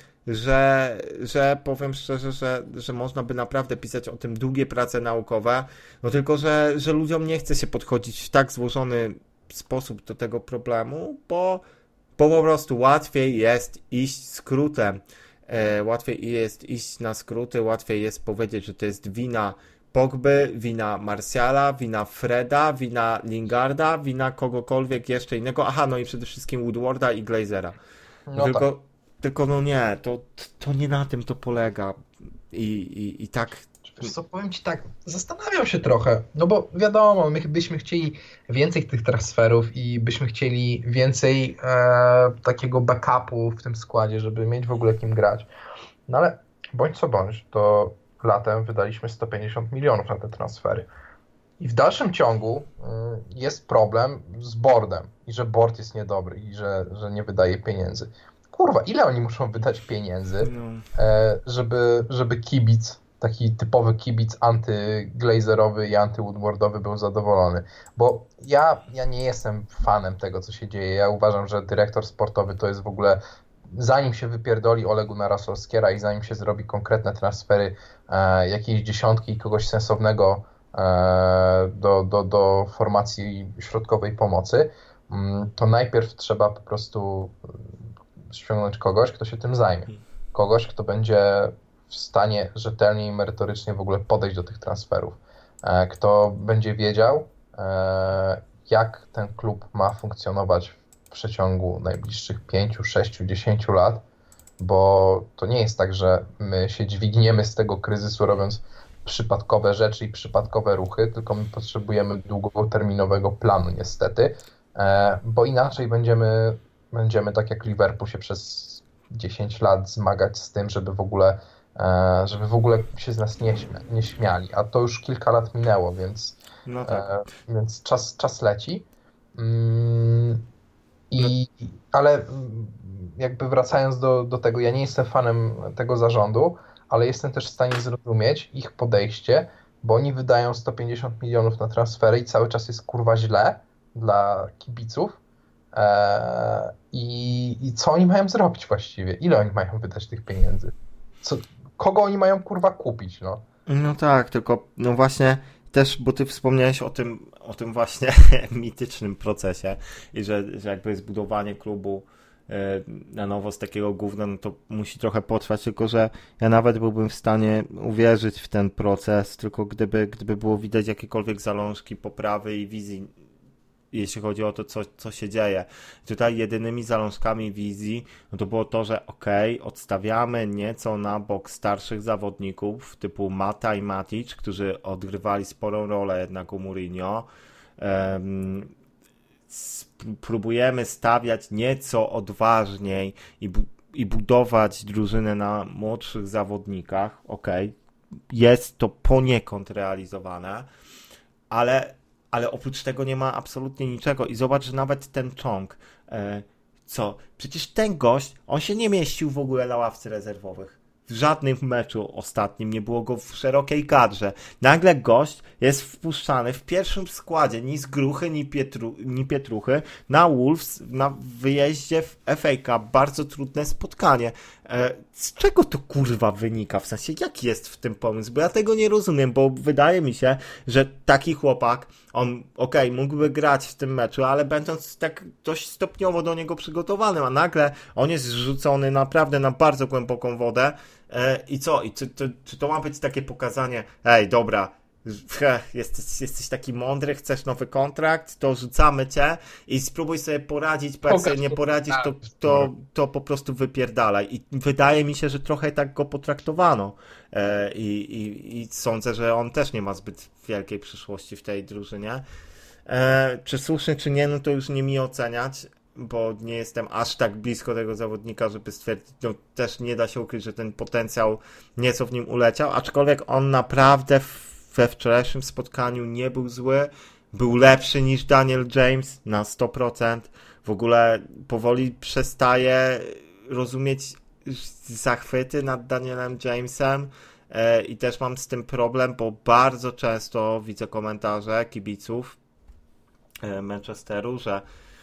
Speaker 1: że powiem szczerze, że można by naprawdę pisać o tym długie prace naukowe, no tylko, że ludziom nie chce się podchodzić w tak złożony sposób do tego problemu, bo po prostu łatwiej jest iść skrótem. Łatwiej jest iść na skróty, łatwiej jest powiedzieć, że to jest wina Pogby, wina Martiala, wina Freda, wina Lingarda, wina kogokolwiek jeszcze innego. Aha, no i przede wszystkim Woodwarda i Glazera.
Speaker 2: No tak.
Speaker 1: Tylko no nie, to nie na tym to polega. I tak.
Speaker 2: Wiesz co, powiem ci tak, zastanawiam się trochę, no bo wiadomo, my byśmy chcieli więcej tych transferów i byśmy chcieli więcej takiego backupu w tym składzie, żeby mieć w ogóle kim grać. No ale bądź co bądź, to latem wydaliśmy 150 milionów na te transfery. I w dalszym ciągu jest problem z boardem i że board jest niedobry i że nie wydaje pieniędzy. Kurwa, ile oni muszą wydać pieniędzy,
Speaker 1: No.
Speaker 2: żeby kibic, taki typowy kibic antyglazerowy i antywoodwardowy był zadowolony. Bo ja nie jestem fanem tego, co się dzieje. Ja uważam, że dyrektor sportowy to jest w ogóle, zanim się wypierdoli Ole Gunnara Solskjaera i zanim się zrobi konkretne transfery jakiejś dziesiątki i kogoś sensownego do formacji środkowej pomocy, to najpierw trzeba po prostu ściągnąć kogoś, kto się tym zajmie. Kogoś, kto będzie w stanie rzetelnie i merytorycznie w ogóle podejść do tych transferów. Kto będzie wiedział, jak ten klub ma funkcjonować w przeciągu najbliższych 5, 6, 10 lat, bo to nie jest tak, że my się dźwigniemy z tego kryzysu robiąc przypadkowe rzeczy i przypadkowe ruchy, tylko my potrzebujemy długoterminowego planu niestety, bo inaczej będziemy tak jak Liverpool się przez 10 lat zmagać z tym, żeby w ogóle się z nas nie śmiali, a to już kilka lat minęło, więc,
Speaker 1: No tak.
Speaker 2: więc czas leci. Ale jakby wracając do tego, ja nie jestem fanem tego zarządu, ale jestem też w stanie zrozumieć ich podejście, bo oni wydają 150 milionów na transfery i cały czas jest kurwa źle dla kibiców. I co oni mają zrobić właściwie? Ile oni mają wydać tych pieniędzy? Kogo oni mają kurwa kupić, no?
Speaker 1: No tak, tylko no właśnie też, bo ty wspomniałeś o tym właśnie mitycznym procesie i że jakby zbudowanie klubu na nowo z takiego gówna, no to musi trochę potrwać, tylko że ja nawet byłbym w stanie uwierzyć w ten proces, tylko gdyby było widać jakiekolwiek zalążki poprawy i wizji, jeśli chodzi o to, co się dzieje. Tutaj jedynymi zalążkami wizji, no to było to, że odstawiamy nieco na bok starszych zawodników typu Mata i Matic, którzy odgrywali sporą rolę jednak u Mourinho. Próbujemy stawiać nieco odważniej i budować drużynę na młodszych zawodnikach. Jest to poniekąd realizowane, ale oprócz tego nie ma absolutnie niczego. I zobacz, że nawet ten Chong, przecież ten gość, on się nie mieścił w ogóle na ławce rezerwowych. w żadnym meczu ostatnim nie było go w szerokiej kadrze. Nagle gość jest wpuszczany w pierwszym składzie, ni z gruchy, ni pietruchy, na Wolves, na wyjeździe w FA Cup. Bardzo trudne spotkanie. Z czego to kurwa wynika? W sensie, jaki jest w tym pomysł? Bo ja tego nie rozumiem, bo wydaje mi się, że taki chłopak, on mógłby grać w tym meczu, ale będąc tak dość stopniowo do niego przygotowanym, a nagle on jest zrzucony naprawdę na bardzo głęboką wodę. I co? Czy to ma być takie pokazanie, ej, dobra, jesteś taki mądry, chcesz nowy kontrakt, to rzucamy cię i spróbuj sobie poradzić, bo jak sobie nie poradzisz, to po prostu wypierdalaj. I wydaje mi się, że trochę tak go potraktowano. I sądzę, że on też nie ma zbyt wielkiej przyszłości w tej drużynie. Czy słusznie, czy nie, no to już nie mi oceniać, bo nie jestem aż tak blisko tego zawodnika, żeby stwierdzić, no też nie da się ukryć, że ten potencjał nieco w nim uleciał, aczkolwiek on naprawdę we wczorajszym spotkaniu nie był zły, był lepszy niż Daniel James na 100%, w ogóle powoli przestaje rozumieć zachwyty nad Danielem Jamesem i też mam z tym problem, bo bardzo często widzę komentarze kibiców Manchesteru, że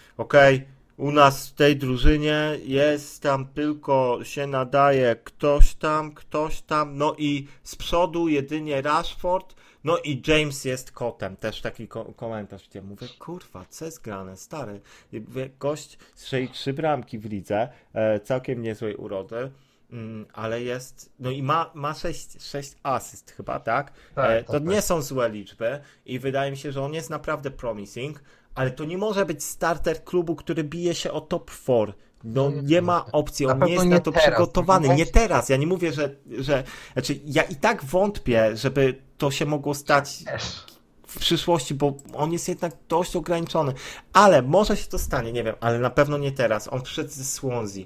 Speaker 1: u nas w tej drużynie jest tam tylko się nadaje ktoś tam, no i z przodu jedynie Rashford, no i James jest kotem. Też taki komentarz, gdzie mówię, kurwa, co jest grane, stary. Gość strzelił 3 bramki w lidze, całkiem niezłej urody, ale jest, no i ma 6 asyst chyba, tak? To nie są złe liczby i wydaje mi się, że on jest naprawdę promising, ale to nie może być starter klubu, który bije się o top 4. No nie ma opcji, on nie jest na to przygotowany. Nie teraz, ja nie mówię, że znaczy ja i tak wątpię, żeby to się mogło stać w przyszłości, bo on jest jednak dość ograniczony, ale może się to stanie, nie wiem, ale na pewno nie teraz. On przyszedł ze Swansea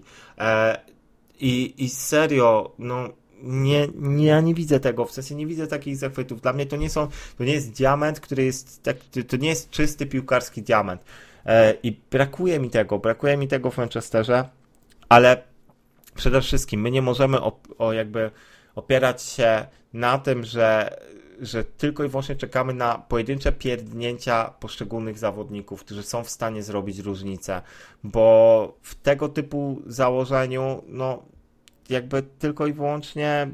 Speaker 1: i serio, no ja nie widzę tego, w sensie nie widzę takich zachwytów. Dla mnie to nie jest diament, który jest to nie jest czysty piłkarski diament. I brakuje mi tego w Manchesterze, ale przede wszystkim my nie możemy jakby opierać się na tym, że tylko i wyłącznie czekamy na pojedyncze pierdnięcia poszczególnych zawodników, którzy są w stanie zrobić różnicę, bo w tego typu założeniu, no jakby tylko i wyłącznie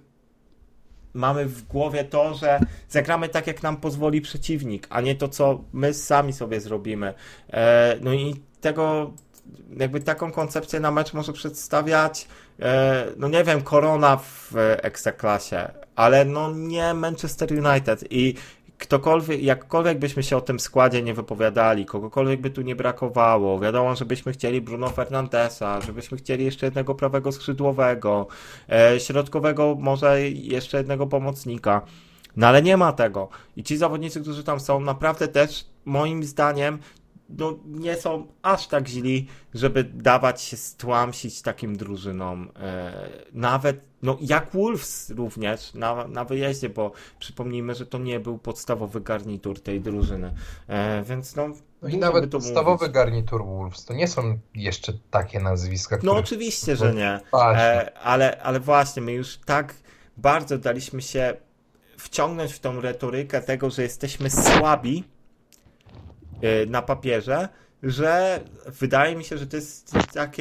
Speaker 1: mamy w głowie to, że zagramy tak, jak nam pozwoli przeciwnik, a nie to, co my sami sobie zrobimy. No i jakby taką koncepcję na mecz może przedstawiać, no nie wiem, Korona w Ekstraklasie, ale no nie Manchester United i jakkolwiek byśmy się o tym składzie nie wypowiadali, kogokolwiek by tu nie brakowało, wiadomo, żebyśmy chcieli Bruno Fernandesa, żebyśmy chcieli jeszcze jednego prawego skrzydłowego, środkowego może jeszcze jednego pomocnika, no ale nie ma tego i ci zawodnicy, którzy tam są, naprawdę też moim zdaniem no, nie są aż tak źli, żeby dawać się stłamsić takim drużynom. Nawet, no jak Wolves również na wyjeździe, bo przypomnijmy, że to nie był podstawowy garnitur tej drużyny. Więc no
Speaker 2: i nawet podstawowy garnitur Wolves to nie są jeszcze takie nazwiska, które...
Speaker 1: No oczywiście, że nie. Ale właśnie, my już tak bardzo daliśmy się wciągnąć w tą retorykę tego, że jesteśmy słabi na papierze, że wydaje mi się, że to jest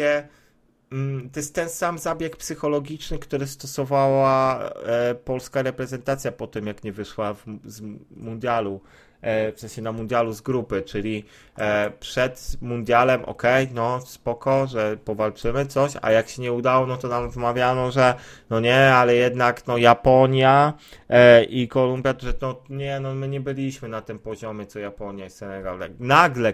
Speaker 1: to jest ten sam zabieg psychologiczny, który stosowała polska reprezentacja po tym, jak nie wyszła z mundialu, w sensie na mundialu z grupy, czyli przed mundialem no spoko, że powalczymy coś, a jak się nie udało, no to nam wmawiano, że no nie, ale jednak no Japonia i Kolumbia, że no nie, no my nie byliśmy na tym poziomie, co Japonia i Senegal. Nagle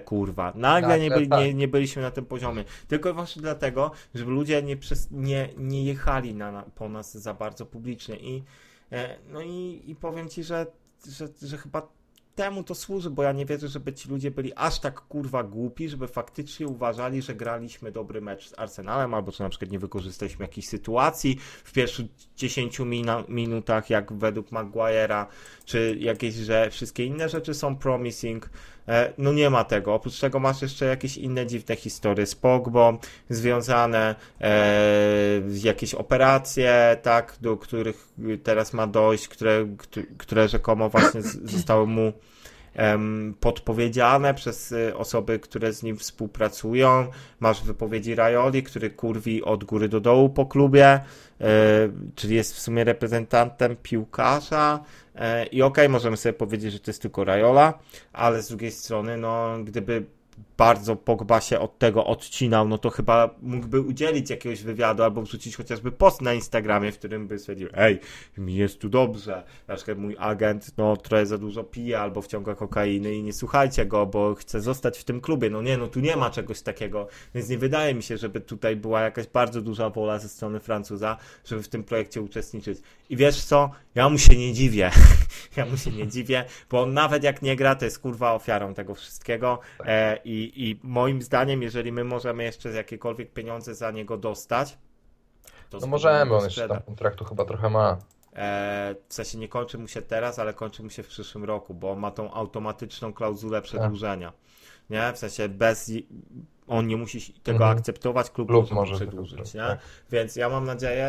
Speaker 1: nie byliśmy na tym poziomie. Tylko i wyłącznie dlatego, żeby ludzie nie jechali po nas za bardzo publicznie i powiem Ci, że chyba temu to służy, bo ja nie wierzę, żeby ci ludzie byli aż tak kurwa głupi, żeby faktycznie uważali, że graliśmy dobry mecz z Arsenalem, albo że na przykład nie wykorzystaliśmy jakiejś sytuacji w pierwszych 10 minutach, jak według Maguire'a, czy jakieś, że wszystkie inne rzeczy są promising. No nie ma tego. Oprócz tego masz jeszcze jakieś inne dziwne historie z Pogbą, związane jakieś operacje, tak, do których teraz ma dojść, które rzekomo właśnie zostały mu podpowiedziane przez osoby, które z nim współpracują. Masz wypowiedzi Raioli, który kurwi od góry do dołu po klubie, czyli jest w sumie reprezentantem piłkarza. I okej, możemy sobie powiedzieć, że to jest tylko Raiola, ale z drugiej strony, no, gdyby bardzo Pogba się od tego odcinał, no to chyba mógłby udzielić jakiegoś wywiadu albo wrzucić chociażby post na Instagramie, w którym by stwierdził, mi jest tu dobrze, na przykład mój agent no trochę za dużo pije albo wciąga kokainy i nie słuchajcie go, bo chce zostać w tym klubie. No nie, no tu nie ma czegoś takiego, więc nie wydaje mi się, żeby tutaj była jakaś bardzo duża wola ze strony Francuza, żeby w tym projekcie uczestniczyć. I wiesz co? Ja mu się nie dziwię. Ja mu się nie dziwię, bo on nawet jak nie gra, to jest kurwa ofiarą tego wszystkiego. I moim zdaniem, jeżeli my możemy jeszcze jakiekolwiek pieniądze za niego dostać, to
Speaker 2: No możemy, on jeszcze tam kontraktu chyba trochę ma.
Speaker 1: w sensie nie kończy mu się teraz, ale kończy mu się w przyszłym roku, bo on ma tą automatyczną klauzulę przedłużenia. Nie? W sensie on nie musi tego akceptować, klub może przedłużyć. Nie? Tak. Więc ja mam nadzieję,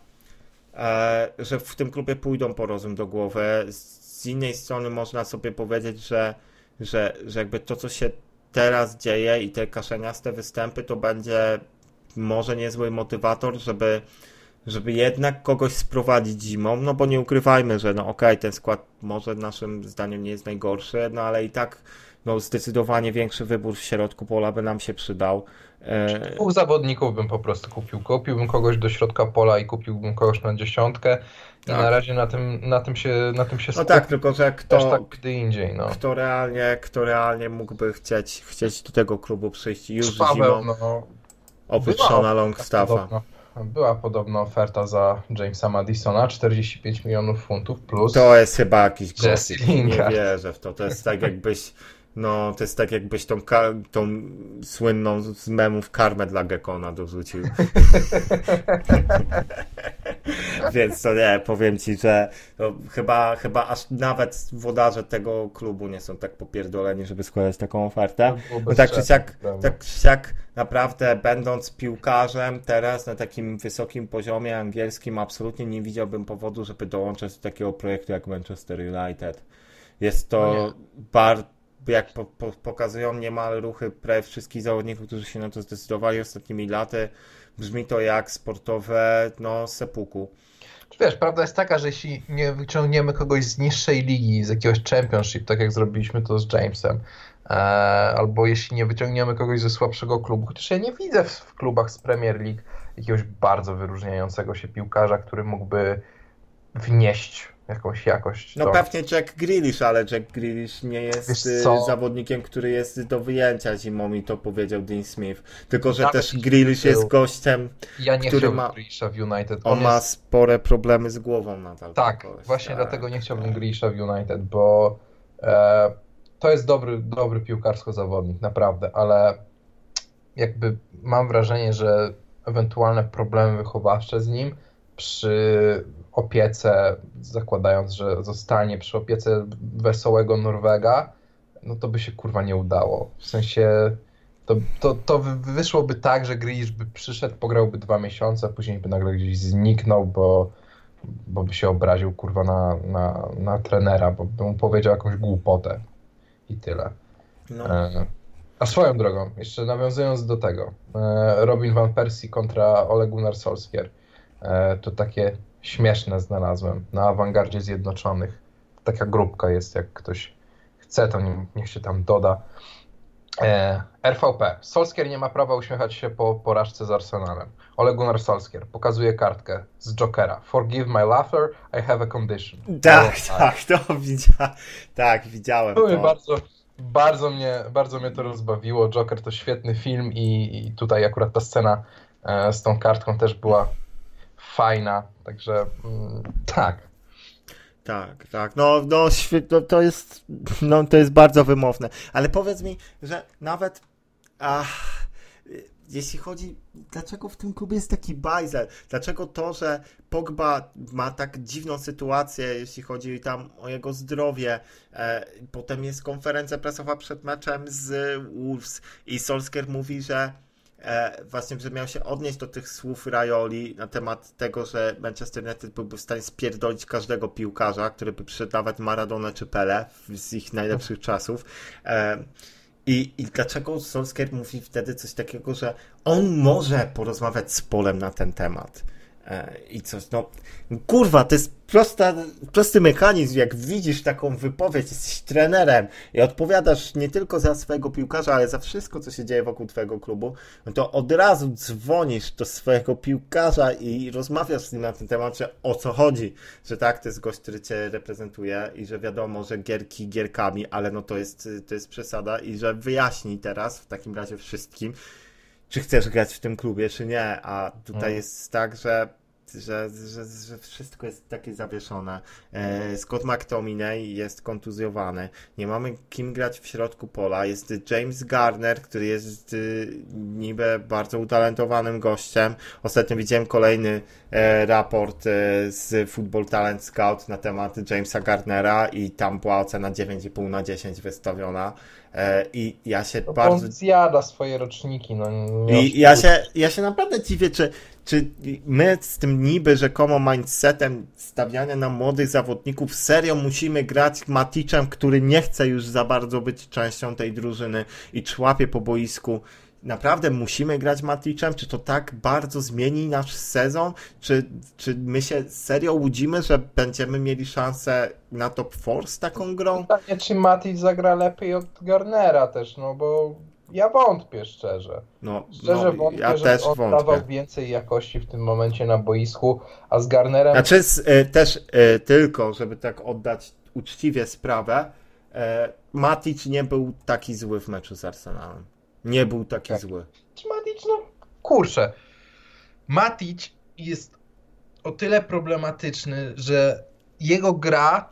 Speaker 1: że w tym klubie pójdą po rozum do głowy. Z innej strony można sobie powiedzieć, że jakby to, co się teraz dzieje i te kaszeniaste występy, to będzie może niezły motywator, żeby jednak kogoś sprowadzić zimą, no bo nie ukrywajmy, że no okej, ten skład może naszym zdaniem nie jest najgorszy, no ale i tak no zdecydowanie większy wybór w środku pola by nam się przydał.
Speaker 2: Dwóch zawodników bym po prostu kupił. Kupiłbym kogoś do środka pola i kupiłbym kogoś na dziesiątkę. I tak. Na razie na tym się
Speaker 1: no tak, tylko że
Speaker 2: tak gdy indziej, no.
Speaker 1: Kto realnie mógłby chcieć do tego klubu przyjść już
Speaker 2: Paweł,
Speaker 1: zimą,
Speaker 2: no,
Speaker 1: oprócz Shona Longstaffa.
Speaker 2: Była podobna oferta za Jamesa Madisona, 45 milionów funtów plus.
Speaker 1: To jest chyba jakiś gossip, nie wierzę w to. To jest tak jakbyś tą słynną z memów karmę dla Gekona dorzucił. Więc to nie, powiem ci, że chyba aż nawet włodarze tego klubu nie są tak popierdoleni, żeby składać taką ofertę. No tak czy siak naprawdę będąc piłkarzem teraz na takim wysokim poziomie angielskim absolutnie nie widziałbym powodu, żeby dołączyć do takiego projektu jak Manchester United. Jest to jak pokazują niemal ruchy prawie wszystkich zawodników, którzy się na to zdecydowali ostatnimi laty, brzmi to jak sportowe sepuku.
Speaker 2: Wiesz, prawda jest taka, że jeśli nie wyciągniemy kogoś z niższej ligi, z jakiegoś championship, tak jak zrobiliśmy to z Jamesem, albo jeśli nie wyciągniemy kogoś ze słabszego klubu, chociaż ja nie widzę w klubach z Premier League jakiegoś bardzo wyróżniającego się piłkarza, który mógłby wnieść jakąś jakość.
Speaker 1: No pewnie Jack Grealish, ale Jack Grealish nie jest zawodnikiem, który jest do wyjęcia zimą i to powiedział Dean Smith. Tylko, że też Grealish jest gościem, który ma
Speaker 2: Grealisha w United.
Speaker 1: On ma spore problemy z głową nadal.
Speaker 2: Tak, właśnie dlatego nie chciałbym Grealisha w United, bo to jest dobry piłkarsko zawodnik, naprawdę, ale jakby mam wrażenie, że ewentualne problemy wychowawcze z nim przy opiece, zakładając, że zostanie przy opiece wesołego Norwega, no to by się kurwa nie udało. W sensie to wyszłoby tak, że Grealish by przyszedł, pograłby 2 miesiące, a później by nagle gdzieś zniknął, bo by się obraził kurwa na trenera, bo by mu powiedział jakąś głupotę i tyle. No. A swoją drogą, jeszcze nawiązując do tego, Robin van Persie kontra Ole Gunnar Solskjaer, to takie śmieszne znalazłem na Awangardzie Zjednoczonych. Taka grupka jest, jak ktoś chce, to niech się tam doda. RVP. Solskjaer nie ma prawa uśmiechać się po porażce z Arsenalem. Ole Gunnar Solskjaer pokazuje kartkę z Jokera. Forgive my laughter, I have a condition.
Speaker 1: Widziałem
Speaker 2: to. Bardzo mnie to rozbawiło. Joker to świetny film i tutaj akurat ta scena z tą kartką też była fajna, także tak.
Speaker 1: Tak, tak. To jest, to jest bardzo wymowne. Ale powiedz mi, że nawet jeśli chodzi, dlaczego w tym klubie jest taki bajzel? Dlaczego to, że Pogba ma tak dziwną sytuację, jeśli chodzi tam o jego zdrowie, potem jest konferencja prasowa przed meczem z Wolves i Solskjaer mówi, że właśnie, że miał się odnieść do tych słów Raioli na temat tego, że Manchester United byłby w stanie spierdolić każdego piłkarza, który by przyszedł nawet Maradona czy Pelé z ich najlepszych czasów. I dlaczego Solskjaer mówi wtedy coś takiego, że on może porozmawiać z Polem na ten temat? I coś, kurwa, to jest prosty mechanizm. Jak widzisz taką wypowiedź, jesteś trenerem i odpowiadasz nie tylko za swojego piłkarza, ale za wszystko, co się dzieje wokół twojego klubu, no to od razu dzwonisz do swojego piłkarza i rozmawiasz z nim na ten temat, że o co chodzi, że tak, to jest gość, który cię reprezentuje i że wiadomo, że gierki gierkami, ale to jest przesada i że wyjaśnij teraz w takim razie wszystkim, czy chcesz grać w tym klubie, czy nie, a tutaj jest tak, że wszystko jest takie zawieszone. Scott McTominay jest kontuzjowany. Nie mamy kim grać w środku pola. Jest James Garner, który jest niby bardzo utalentowanym gościem. Ostatnio widziałem kolejny raport z Football Talent Scout na temat Jamesa Garnera i tam była ocena 9,5 na 10 wystawiona. I ja się bardzo...
Speaker 2: On zjada swoje roczniki.
Speaker 1: I ja się naprawdę dziwię, czy my z tym niby rzekomo mindsetem stawiania na młodych zawodników serio musimy grać Maticem, który nie chce już za bardzo być częścią tej drużyny i człapie po boisku. Naprawdę musimy grać Maticem? Czy to tak bardzo zmieni nasz sezon? Czy my się serio łudzimy, że będziemy mieli szansę na top 4 z taką grą?
Speaker 2: Pytanie, czy Matic zagra lepiej od Garnera też, bo ja wątpię szczerze. Wątpię,
Speaker 1: ja
Speaker 2: że
Speaker 1: też
Speaker 2: on
Speaker 1: wątpię.
Speaker 2: dawał więcej jakości w tym momencie na boisku, a z Garnerem...
Speaker 1: Znaczy też tylko, żeby tak oddać uczciwie sprawę, Matic nie był taki zły w meczu z Arsenalem. Nie był taki zły.
Speaker 2: Matic, kurczę. Matic jest o tyle problematyczny, że jego gra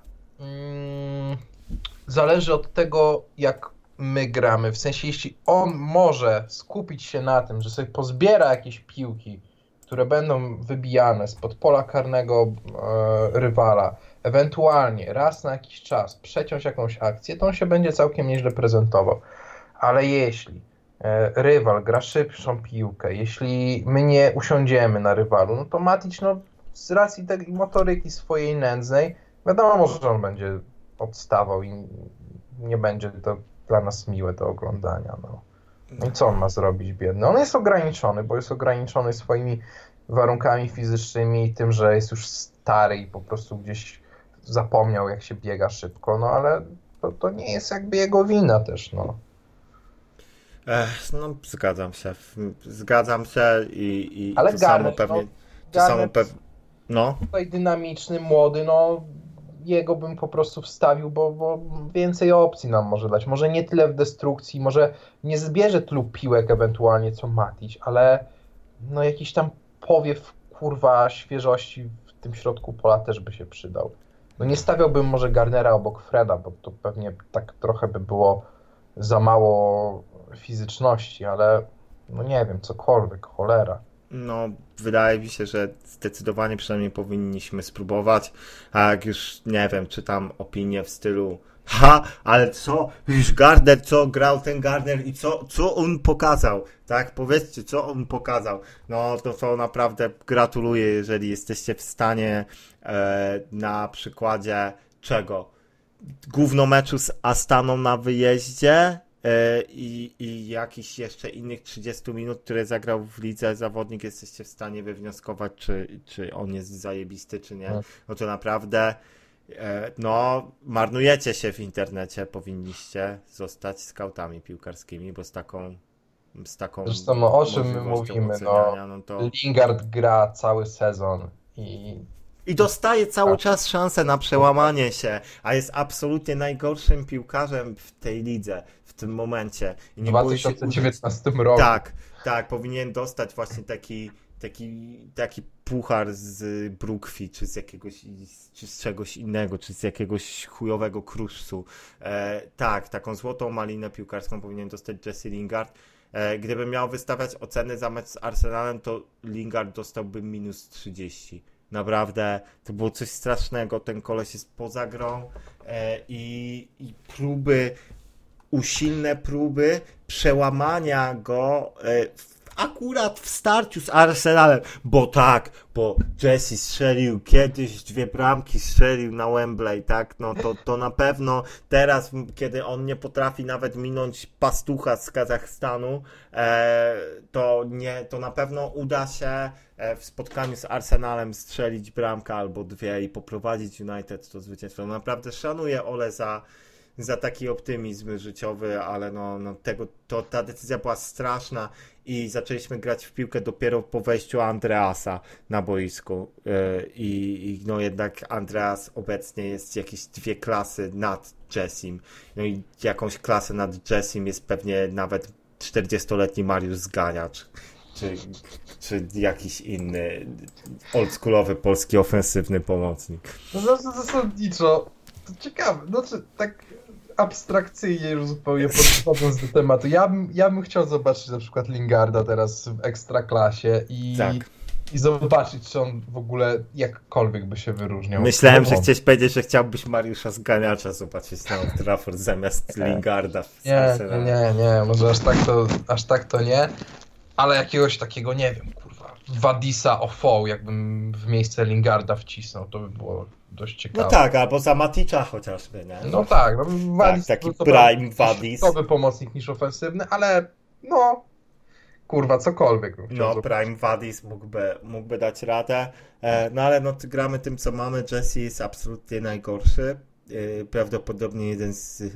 Speaker 2: zależy od tego, jak my gramy. W sensie, jeśli on może skupić się na tym, że sobie pozbiera jakieś piłki, które będą wybijane spod pola karnego rywala, ewentualnie raz na jakiś czas przeciąć jakąś akcję, to on się będzie całkiem nieźle prezentował. Ale jeśli rywal gra szybszą piłkę, jeśli my nie usiądziemy na rywalu, to Matic, z racji tej motoryki swojej nędznej, wiadomo, że on będzie odstawał i nie będzie to dla nas miłe do oglądania. I co on ma zrobić, biedny? On jest ograniczony, bo jest ograniczony swoimi warunkami fizycznymi i tym, że jest już stary i po prostu gdzieś zapomniał, jak się biega szybko, ale to nie jest jakby jego wina też,
Speaker 1: Zgadzam się i
Speaker 2: ale
Speaker 1: to
Speaker 2: Garner,
Speaker 1: samo pewnie...
Speaker 2: Tutaj dynamiczny, młody, jego bym po prostu wstawił, bo więcej opcji nam może dać. Może nie tyle w destrukcji, może nie zbierze tylu piłek ewentualnie co Matic, ale jakiś tam powiew, świeżości w tym środku pola też by się przydał. Nie stawiałbym może Garnera obok Freda, bo to pewnie tak trochę by było za mało fizyczności, ale nie wiem, cokolwiek, cholera.
Speaker 1: Wydaje mi się, że zdecydowanie przynajmniej powinniśmy spróbować, a jak już nie wiem, czytam opinie w stylu ale co, już Garner, co grał ten Garner i co on pokazał, tak, powiedzcie, co on pokazał, to naprawdę gratuluję, jeżeli jesteście w stanie na przykładzie czego? Gówno meczu z Astaną na wyjeździe i jakichś jeszcze innych 30 minut, które zagrał w lidze zawodnik, jesteście w stanie wywnioskować, czy on jest zajebisty, czy nie. To naprawdę marnujecie się w internecie, powinniście zostać skautami piłkarskimi, bo z taką
Speaker 2: zresztą o czym my mówimy, Lingard gra cały sezon
Speaker 1: i dostaje cały czas szansę na przełamanie się, a jest absolutnie najgorszym piłkarzem w tej lidze w tym momencie.
Speaker 2: W 2019 roku.
Speaker 1: Tak, powinien dostać właśnie taki puchar z brukwi, czy z czegoś innego, czy z jakiegoś chujowego kruszcu. Tak, taką złotą malinę piłkarską powinien dostać Jesse Lingard. Gdybym miał wystawiać oceny za mecz z Arsenalem, to Lingard dostałby -30. Naprawdę, to było coś strasznego. Ten koleś jest poza grą i usilne próby przełamania go akurat w starciu z Arsenalem, bo Jesse strzelił kiedyś 2 bramki, strzelił na Wembley, tak, no to na pewno teraz, kiedy on nie potrafi nawet minąć pastucha z Kazachstanu, to na pewno uda się w spotkaniu z Arsenalem strzelić bramkę albo 2 i poprowadzić United do zwycięstwa. No naprawdę szanuję Ole za taki optymizm życiowy, ale ta decyzja była straszna i zaczęliśmy grać w piłkę dopiero po wejściu Andreasa na boisku i jednak Andreas obecnie jest jakieś 2 klasy nad Jessim, no i jakąś klasę nad Jessim jest pewnie nawet 40-letni Mariusz Zganiacz czy jakiś inny oldschoolowy polski ofensywny pomocnik.
Speaker 2: No zasadniczo, to ciekawe, znaczy tak abstrakcyjnie już zupełnie podchodząc do tematu. Ja bym chciał zobaczyć na przykład Lingarda teraz w Ekstraklasie i zobaczyć, czy on w ogóle jakkolwiek by się wyróżniał.
Speaker 1: Myślałem, że chciałeś powiedzieć, że chciałbyś Mariusza Zganiacza zobaczyć na Old Trafford zamiast Lingarda.
Speaker 2: Nie, może aż tak to nie, ale jakiegoś takiego, nie wiem, kurwa, Wadisa Ofo, jakbym w miejsce Lingarda wcisnął, to by było dość ciekawe.
Speaker 1: No tak, albo za Maticza chociażby, nie?
Speaker 2: No tak,
Speaker 1: Wadis taki prime Wadis.
Speaker 2: To pomocnik niż ofensywny, ale kurwa, cokolwiek bym chciał zobaczyć.
Speaker 1: Prime Wadis mógłby dać radę, ale gramy tym, co mamy. Jesse jest absolutnie najgorszy. Prawdopodobnie jeden z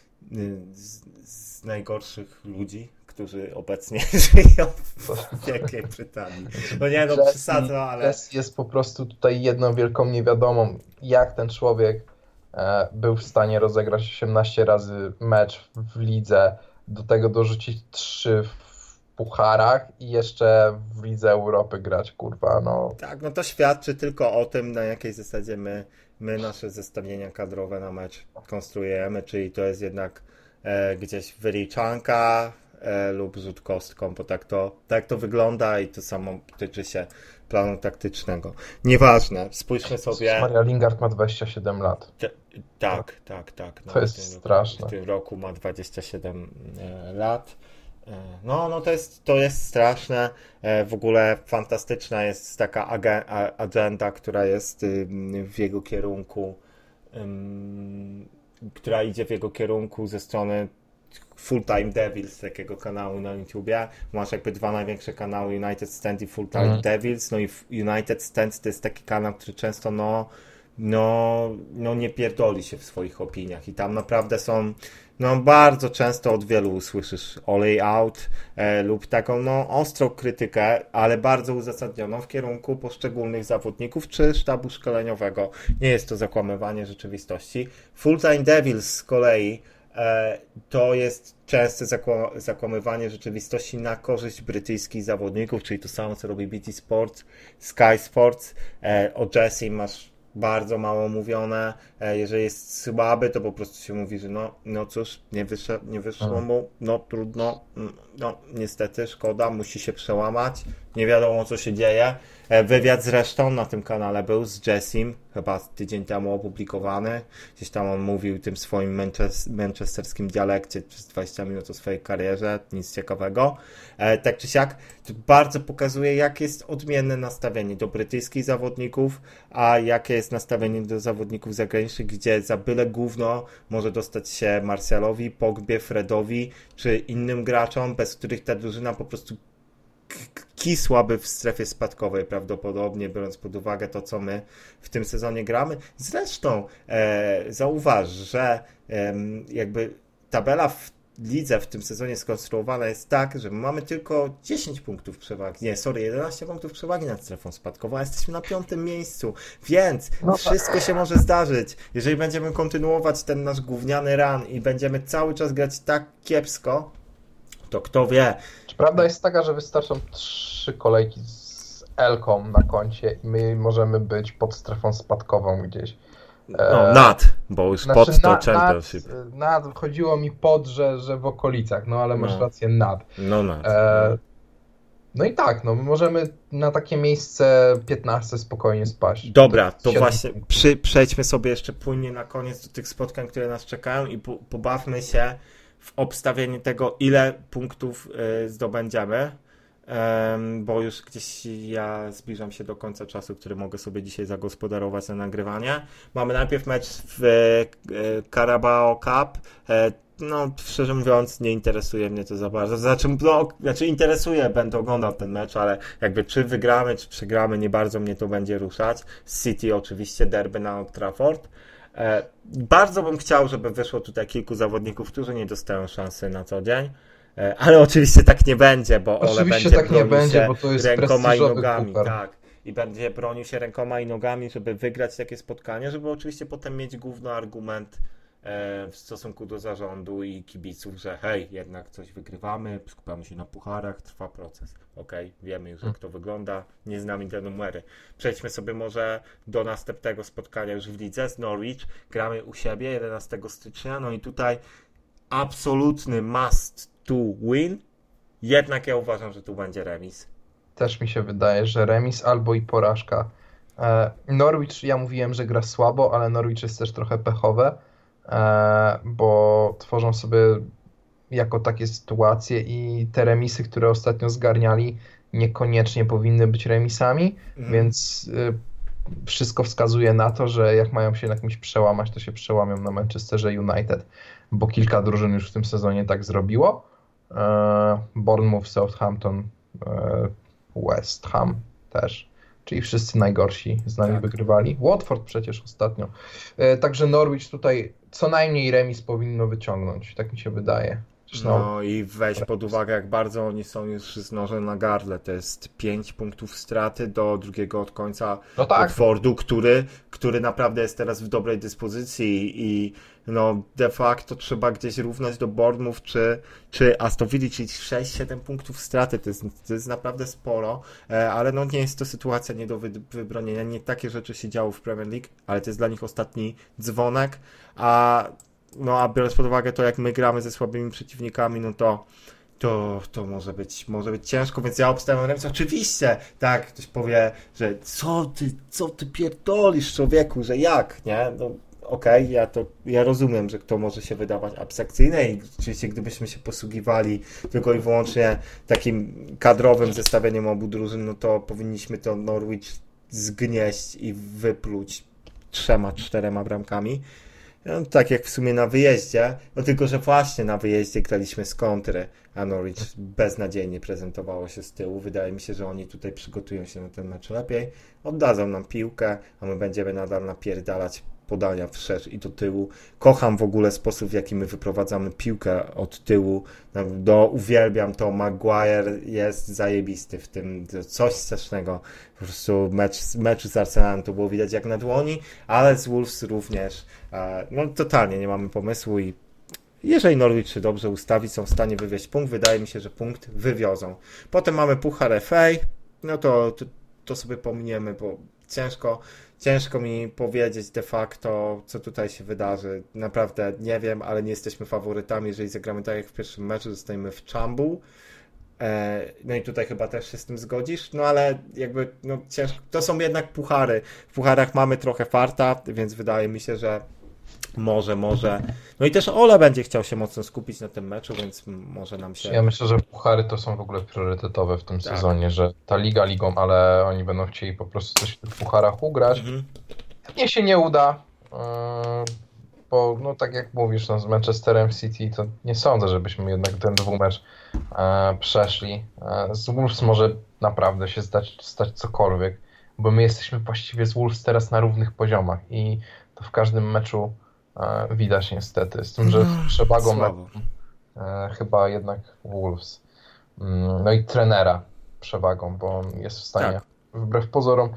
Speaker 1: najgorszych ludzi, którzy obecnie żyją w Wielkiej Brytanii. No nie, przesadzę, ale...
Speaker 2: Jesse jest po prostu tutaj jedną wielką niewiadomą, jak ten człowiek był w stanie rozegrać 18 razy mecz w lidze, do tego dorzucić 3 w pucharach i jeszcze w Lidze Europy grać, kurwa, no.
Speaker 1: Tak, no to świadczy tylko o tym, na jakiej zasadzie my nasze zestawienia kadrowe na mecz konstruujemy, czyli to jest jednak gdzieś wyliczanka lub rzut kostką, bo tak to wygląda i to samo tyczy się planu taktycznego. Nieważne, spójrzmy sobie...
Speaker 2: Maria Lingard ma 27 lat.
Speaker 1: Tak. No,
Speaker 2: to jest straszne.
Speaker 1: W tym roku ma 27 lat. No to jest straszne. W ogóle fantastyczna jest taka agenda, która jest w jego kierunku, która idzie w jego kierunku ze strony Full Time Devils, takiego kanału na YouTubie. Masz jakby 2 największe kanały, United Stand i Full Time Devils. No i United Stand to jest taki kanał, który często nie pierdoli się w swoich opiniach i tam naprawdę są, bardzo często od wielu usłyszysz olej out lub taką, ostrą krytykę, ale bardzo uzasadnioną w kierunku poszczególnych zawodników czy sztabu szkoleniowego. Nie jest to zakłamywanie rzeczywistości. Full Time Devils z kolei to jest częste zakłamywanie rzeczywistości na korzyść brytyjskich zawodników, czyli to samo, co robi BT Sports, Sky Sports. O Jessie masz bardzo mało mówione. Jeżeli jest słaby, to po prostu się mówi, że cóż, nie wyszło mu, trudno, niestety, szkoda, musi się przełamać, nie wiadomo, co się dzieje. Wywiad zresztą na tym kanale był z Jessim, chyba tydzień temu opublikowany. Gdzieś tam on mówił tym swoim manchesterskim dialekcie przez 20 minut o swojej karierze, nic ciekawego. Tak czy siak, to bardzo pokazuje, jakie jest odmienne nastawienie do brytyjskich zawodników, a jakie jest nastawienie do zawodników zagranicznych, gdzie za byle gówno może dostać się Martialowi, Pogbie, Fredowi, czy innym graczom, bez których ta drużyna po prostu kisłaby w strefie spadkowej prawdopodobnie, biorąc pod uwagę to, co my w tym sezonie gramy. Zresztą zauważ, że jakby tabela w lidze w tym sezonie skonstruowana jest tak, że mamy tylko 10 punktów przewagi, 11 punktów przewagi nad strefą spadkową, a jesteśmy na 5. miejscu, więc wszystko się może zdarzyć. Jeżeli będziemy kontynuować ten nasz gówniany run i będziemy cały czas grać tak kiepsko, to kto wie.
Speaker 2: Prawda jest taka, że wystarczą 3 kolejki z Elką na koncie i my możemy być pod strefą spadkową gdzieś.
Speaker 1: No, bo już
Speaker 2: Znaczy
Speaker 1: pod to Championship.
Speaker 2: chodziło mi że w okolicach, no ale masz
Speaker 1: No.
Speaker 2: rację, nad.
Speaker 1: No,
Speaker 2: E, no i tak, no my możemy na takie miejsce 15 spokojnie spaść.
Speaker 1: Dobra, to
Speaker 2: 7
Speaker 1: właśnie
Speaker 2: punktów.
Speaker 1: przejdźmy sobie jeszcze płynnie na koniec do tych spotkań, które nas czekają i pobawmy się w obstawienie tego, ile punktów zdobędziemy, bo już gdzieś ja zbliżam się do końca czasu, który mogę sobie dzisiaj zagospodarować na nagrywanie. Mamy najpierw mecz w Carabao Cup. No, szczerze mówiąc, nie interesuje mnie to za bardzo. Znaczy interesuje, będę oglądał ten mecz, ale jakby czy wygramy, czy przegramy, nie bardzo mnie to będzie ruszać. City oczywiście, derby na Old Trafford. Bardzo bym chciał, żeby wyszło tutaj kilku zawodników, którzy nie dostają szansy na co dzień. Ale oczywiście tak nie będzie, bo Ole
Speaker 2: Oczywiście
Speaker 1: będzie
Speaker 2: tak nie
Speaker 1: bronił
Speaker 2: będzie,
Speaker 1: się
Speaker 2: bo to jest
Speaker 1: rękoma i
Speaker 2: prestiżowy
Speaker 1: nogami.
Speaker 2: puchar.
Speaker 1: Tak. I będzie bronił się rękoma i nogami, żeby wygrać takie spotkanie, żeby oczywiście potem mieć główny argument w stosunku do zarządu i kibiców, że hej, jednak coś wygrywamy, skupiamy się na pucharach, trwa proces. Okej, wiemy już jak to wygląda, nie znamy te numery. Przejdźmy sobie może do następnego spotkania już w lidze z Norwich. Gramy u siebie 11 stycznia, no i tutaj absolutny must to win. Jednak ja uważam, że tu będzie remis.
Speaker 2: Też mi się wydaje, że remis albo i porażka. Norwich, ja mówiłem, że gra słabo, ale Norwich jest też trochę pechowe, bo tworzą sobie jako takie sytuacje i te remisy, które ostatnio zgarniali, niekoniecznie powinny być remisami, więc wszystko wskazuje na to, że jak mają się na kimś przełamać, to się przełamią na Manchesterze United, bo kilka drużyn już w tym sezonie tak zrobiło. Bournemouth, Southampton, West Ham też, czyli wszyscy najgorsi z nami wygrywali. Watford przecież ostatnio. Także Norwich tutaj co najmniej remis powinno wyciągnąć, tak mi się wydaje.
Speaker 1: No i weź pod uwagę, jak bardzo oni są już z nożem na gardle. To jest 5 punktów straty do drugiego od końca Watfordu, który naprawdę jest teraz w dobrej dyspozycji i no de facto trzeba gdzieś równać do Bournemouth czy Aston Villa, czyli 6-7 punktów straty. To jest naprawdę sporo, ale no nie jest to sytuacja nie do wybronienia. Nie takie rzeczy się działo w Premier League, ale to jest dla nich ostatni dzwonek, a biorąc pod uwagę to, jak my gramy ze słabymi przeciwnikami, no to może być ciężko, więc ja obstawiam remis. Oczywiście, tak, ktoś powie, że co ty pierdolisz, człowieku, że jak, nie? No okej, ja rozumiem, że to może się wydawać abstrakcyjne i oczywiście gdybyśmy się posługiwali tylko i wyłącznie takim kadrowym zestawieniem obu drużyn, no to powinniśmy to Norwich zgnieść i wypluć 3-4 bramkami. No, tak jak w sumie na wyjeździe, no tylko, że właśnie na wyjeździe graliśmy z kontry, a Norwich beznadziejnie prezentowało się z tyłu. Wydaje mi się, że oni tutaj przygotują się na ten mecz lepiej, oddadzą nam piłkę, a my będziemy nadal napierdalać podania wszerz i do tyłu. Kocham w ogóle sposób, w jaki my wyprowadzamy piłkę od tyłu. Uwielbiam to. Maguire jest zajebisty w tym. Coś strasznego. Po prostu mecz z Arsenalem to było widać jak na dłoni, ale z Wolves również. No totalnie nie mamy pomysłu i jeżeli Norwich się dobrze ustawi, są w stanie wywieźć punkt. Wydaje mi się, że punkt wywiozą. Potem mamy Puchar FA. No to sobie pominiemy, bo ciężko mi powiedzieć de facto, co tutaj się wydarzy. Naprawdę nie wiem, ale nie jesteśmy faworytami. Jeżeli zagramy tak jak w pierwszym meczu, zostajemy w Czambu. No i tutaj chyba też się z tym zgodzisz. No ale jakby ciężko. To są jednak puchary. W pucharach mamy trochę farta, więc wydaje mi się, że może. No i też Ole będzie chciał się mocno skupić na tym meczu, więc może nam się...
Speaker 2: Ja myślę, że puchary to są w ogóle priorytetowe w tym sezonie, że ta liga ligą, ale oni będą chcieli po prostu coś w tych pucharach ugrać. Mnie się nie uda, bo no tak jak mówisz, z Manchesterem City to nie sądzę, żebyśmy jednak ten dwumecz przeszli. Z Wolves może naprawdę się stać cokolwiek, bo my jesteśmy właściwie z Wolves teraz na równych poziomach i to w każdym meczu widać niestety. Z tym, że przewagą chyba jednak Wolves. No i trenera przewagą, bo on jest w stanie wbrew pozorom,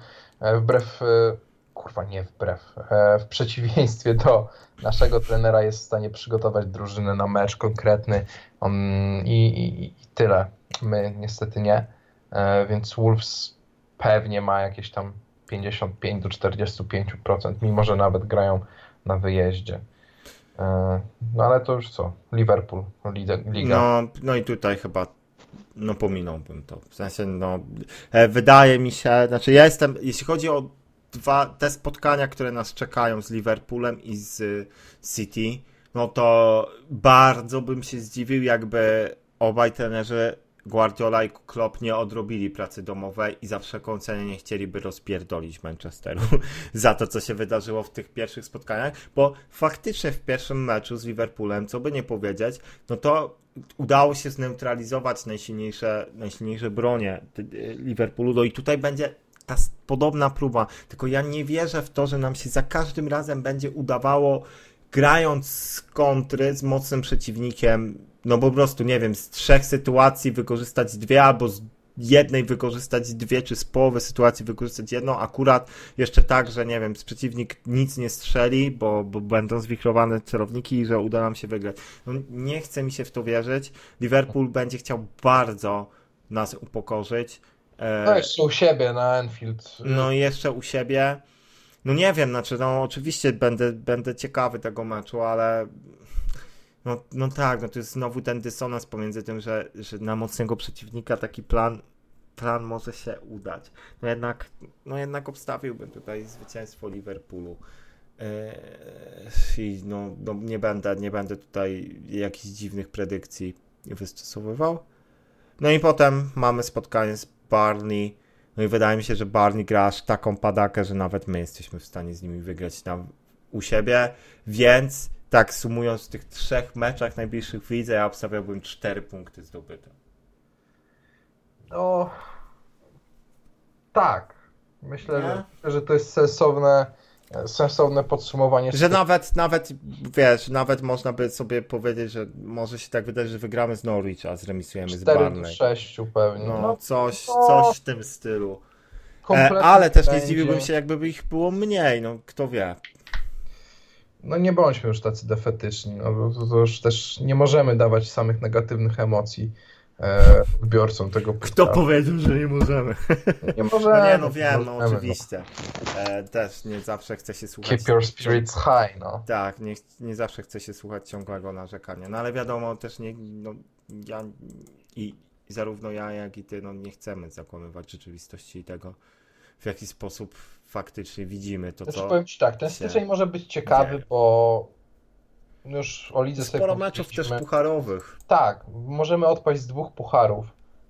Speaker 2: w przeciwieństwie do naszego trenera jest w stanie przygotować drużynę na mecz konkretny i tyle. My niestety nie. Więc Wolves pewnie ma jakieś tam 55 do 45%, mimo że nawet grają na wyjeździe. No ale to już co? Liverpool, liga.
Speaker 1: No i tutaj chyba pominąłbym to. W sensie, wydaje mi się, znaczy ja jestem, jeśli chodzi o te spotkania, które nas czekają z Liverpoolem i z City, no to bardzo bym się zdziwił, jakby obaj trenerzy Guardiola i Klopp nie odrobili pracy domowej i za wszelką cenę nie chcieliby rozpierdolić Manchesteru za to, co się wydarzyło w tych pierwszych spotkaniach, bo faktycznie w pierwszym meczu z Liverpoolem, co by nie powiedzieć, no to udało się zneutralizować najsilniejsze bronie Liverpoolu, no i tutaj będzie ta podobna próba, tylko ja nie wierzę w to, że nam się za każdym razem będzie udawało, grając z kontry z mocnym przeciwnikiem, no po prostu, nie wiem, z 3 sytuacji wykorzystać 2, albo z jednej wykorzystać 2, czy z połowy sytuacji wykorzystać jedną, akurat jeszcze tak, że nie wiem, przeciwnik nic nie strzeli, bo będą zwichrowane celowniki i że uda nam się wygrać. No, nie chce mi się w to wierzyć. Liverpool będzie chciał bardzo nas upokorzyć.
Speaker 2: No jeszcze u siebie na Anfield.
Speaker 1: No i jeszcze u siebie. No nie wiem, znaczy, no oczywiście będę ciekawy tego meczu, ale no tak, no to jest znowu ten dysonans pomiędzy tym, że na mocnego przeciwnika taki plan może się udać. No jednak obstawiłbym tutaj zwycięstwo Liverpoolu. I nie będę tutaj jakichś dziwnych predykcji wystosowywał. No i potem mamy spotkanie z Burnley. No i wydaje mi się, że Burnley gra aż taką padakę, że nawet my jesteśmy w stanie z nimi wygrać u siebie, więc tak sumując w tych 3 meczach najbliższych w lidze, ja obstawiałbym 4 punkty zdobyte.
Speaker 2: No tak. Myślę,
Speaker 1: Nie?
Speaker 2: że to jest sensowne podsumowanie.
Speaker 1: Że nawet wiesz, nawet można by sobie powiedzieć, że może się tak wydarzyć, że wygramy z Norwich, a zremisujemy z
Speaker 2: 4 do
Speaker 1: Burnley.
Speaker 2: 6 pewnie.
Speaker 1: No, coś w tym stylu.
Speaker 2: Kompletnie
Speaker 1: Ale też nie
Speaker 2: będzie.
Speaker 1: zdziwiłbym się, jakby ich było mniej, no kto wie.
Speaker 2: No nie bądźmy już tacy defetyczni. No, to już też nie możemy dawać samych negatywnych emocji odbiorcom tego
Speaker 1: Kto
Speaker 2: podcastu.
Speaker 1: powiedział, że nie możemy?
Speaker 2: Nie możemy.
Speaker 1: No nie, no wiem, no
Speaker 2: możemy,
Speaker 1: oczywiście. Też nie zawsze chce się słuchać.
Speaker 2: Keep your spirits high, no.
Speaker 1: Tak, nie zawsze chce się słuchać ciągłego narzekania. No ale wiadomo, też ja i zarówno ja, jak i ty, nie chcemy zakłamywać rzeczywistości i tego, w jaki sposób faktycznie widzimy to,
Speaker 2: Znaczy,
Speaker 1: co
Speaker 2: powiem ci tak, ten
Speaker 1: się
Speaker 2: styczeń może być ciekawy,
Speaker 1: dzieje.
Speaker 2: bo już o lidze sobie
Speaker 1: Sporo meczów też
Speaker 2: powiedzieliśmy.
Speaker 1: pucharowych.
Speaker 2: Tak, możemy odpaść z 2 pucharów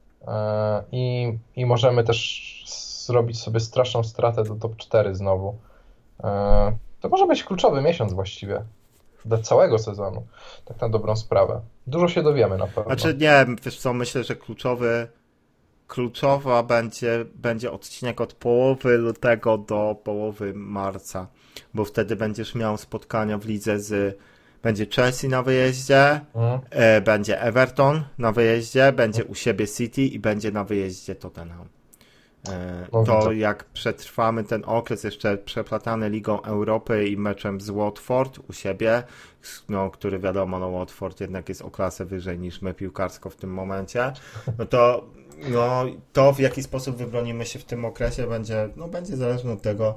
Speaker 2: i możemy też zrobić sobie straszną stratę do top 4 znowu. To może być kluczowy miesiąc właściwie dla całego sezonu, tak na dobrą sprawę. Dużo się dowiemy na pewno.
Speaker 1: Znaczy nie, wiesz co, myślę, że kluczowa będzie odcinek od połowy lutego do połowy marca, bo wtedy będziesz miał spotkania w lidze będzie Chelsea na wyjeździe, będzie Everton na wyjeździe, będzie u siebie City i będzie na wyjeździe Tottenham. To jak przetrwamy ten okres jeszcze przeplatany Ligą Europy i meczem z Watford u siebie, który wiadomo, Watford jednak jest o klasę wyżej niż my piłkarsko w tym momencie, to w jaki sposób wybronimy się w tym okresie będzie zależne od tego,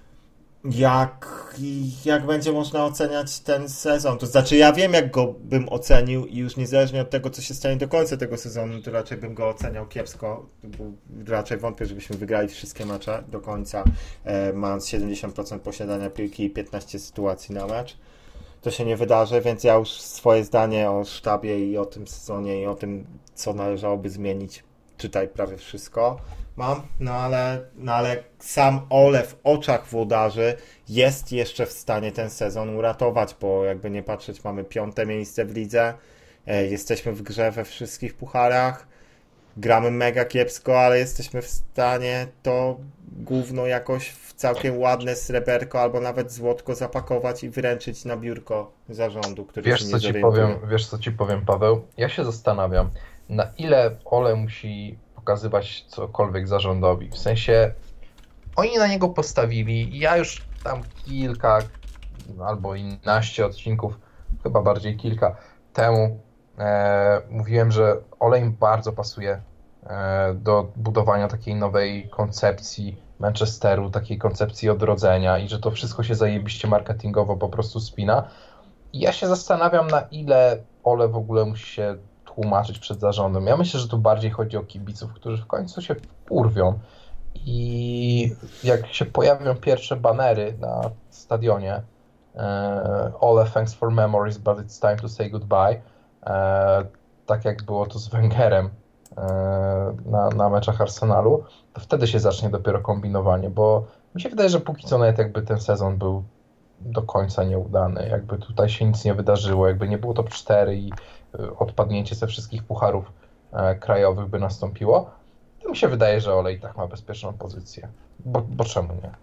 Speaker 1: jak będzie można oceniać ten sezon. To znaczy ja wiem, jak go bym ocenił i już niezależnie od tego, co się stanie do końca tego sezonu, to raczej bym go oceniał kiepsko, bo raczej wątpię, żebyśmy wygrali wszystkie mecze do końca, mając 70% posiadania piłki i 15 sytuacji na mecz. To się nie wydarzy, więc ja już swoje zdanie o sztabie i o tym sezonie i o tym, co należałoby zmienić, czytaj prawie wszystko mam, ale sam Ole w oczach włodarzy jest jeszcze w stanie ten sezon uratować, bo jakby nie patrzeć, mamy 5. miejsce w lidze, jesteśmy w grze we wszystkich pucharach, gramy mega kiepsko, ale jesteśmy w stanie to gówno jakoś w całkiem ładne sreberko albo nawet złotko zapakować i wręczyć na biurko zarządu, który się nie zorientuje.
Speaker 2: Wiesz co ci powiem, Paweł? Ja się zastanawiam, na ile Ole musi pokazywać cokolwiek zarządowi. W sensie oni na niego postawili. Ja już tam kilka albo i naście odcinków, chyba bardziej kilka temu mówiłem, że Ole im bardzo pasuje do budowania takiej nowej koncepcji Manchesteru, takiej koncepcji odrodzenia i że to wszystko się zajebiście marketingowo po prostu spina. I ja się zastanawiam, na ile Ole w ogóle musi się tłumaczyć przed zarządem. Ja myślę, że tu bardziej chodzi o kibiców, którzy w końcu się urwią i jak się pojawią pierwsze banery na stadionie, Ole, thanks for memories, but it's time to say goodbye. Tak jak było to z Wengerem na meczach Arsenalu, to wtedy się zacznie dopiero kombinowanie, bo mi się wydaje, że póki co nawet jakby ten sezon był do końca nieudany, jakby tutaj się nic nie wydarzyło, jakby nie było top 4 i odpadnięcie ze wszystkich pucharów krajowych by nastąpiło, to mi się wydaje, że Ole i tak ma bezpieczną pozycję. Bo czemu nie?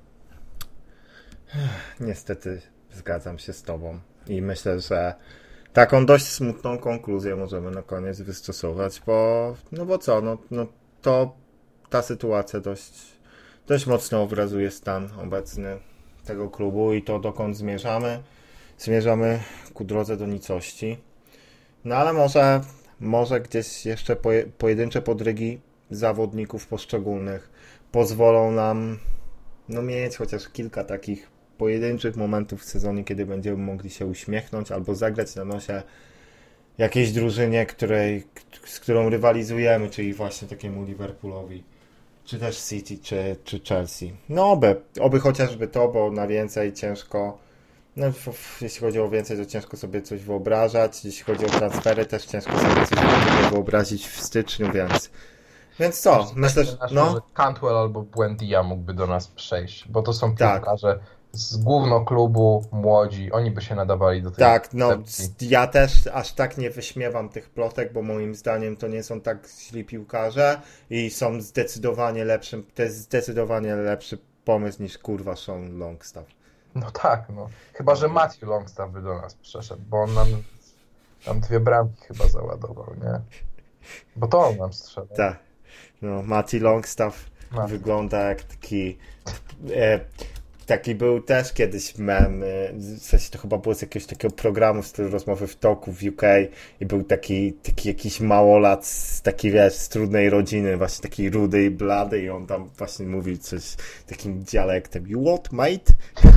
Speaker 1: Niestety zgadzam się z tobą i myślę, że taką dość smutną konkluzję możemy na koniec wystosować, bo co, to ta sytuacja dość mocno obrazuje stan obecny tego klubu i to dokąd zmierzamy. Zmierzamy ku drodze do nicości. No ale może gdzieś jeszcze pojedyncze podrygi zawodników poszczególnych pozwolą nam mieć chociaż kilka takich pojedynczych momentów w sezonie, kiedy będziemy mogli się uśmiechnąć albo zagrać na nosie jakiejś drużynie, z którą rywalizujemy, czyli właśnie takiemu Liverpoolowi, czy też City, czy Chelsea. No oby chociażby to, bo na więcej ciężko, jeśli chodzi o więcej, to ciężko sobie coś wyobrażać, jeśli chodzi o transfery, też ciężko sobie coś wyobrazić w styczniu, więc co, myślę, że
Speaker 2: Cantwell albo Buendia mógłby do nas przejść, bo to są
Speaker 1: tak.
Speaker 2: piłkarze z główno klubu, młodzi, oni by się nadawali do tej
Speaker 1: Tak,
Speaker 2: koncepcji.
Speaker 1: ja też aż tak nie wyśmiewam tych plotek, bo moim zdaniem to nie są tak źli piłkarze i są to jest zdecydowanie lepszy pomysł niż kurwa Sean Longstaff.
Speaker 2: No tak, chyba, że Matthew Longstaff by do nas przeszedł, bo on nam tam 2 bramki chyba załadował, nie? Bo to on nam strzelał.
Speaker 1: Tak, Matty Longstaff wygląda jak taki był też kiedyś mem, w sensie to chyba było z jakiegoś takiego programu w stylu rozmowy w toku w UK i był taki jakiś małolat z trudnej rodziny, właśnie taki rudy i blady i on tam właśnie mówił coś takim dialektem. You what, mate?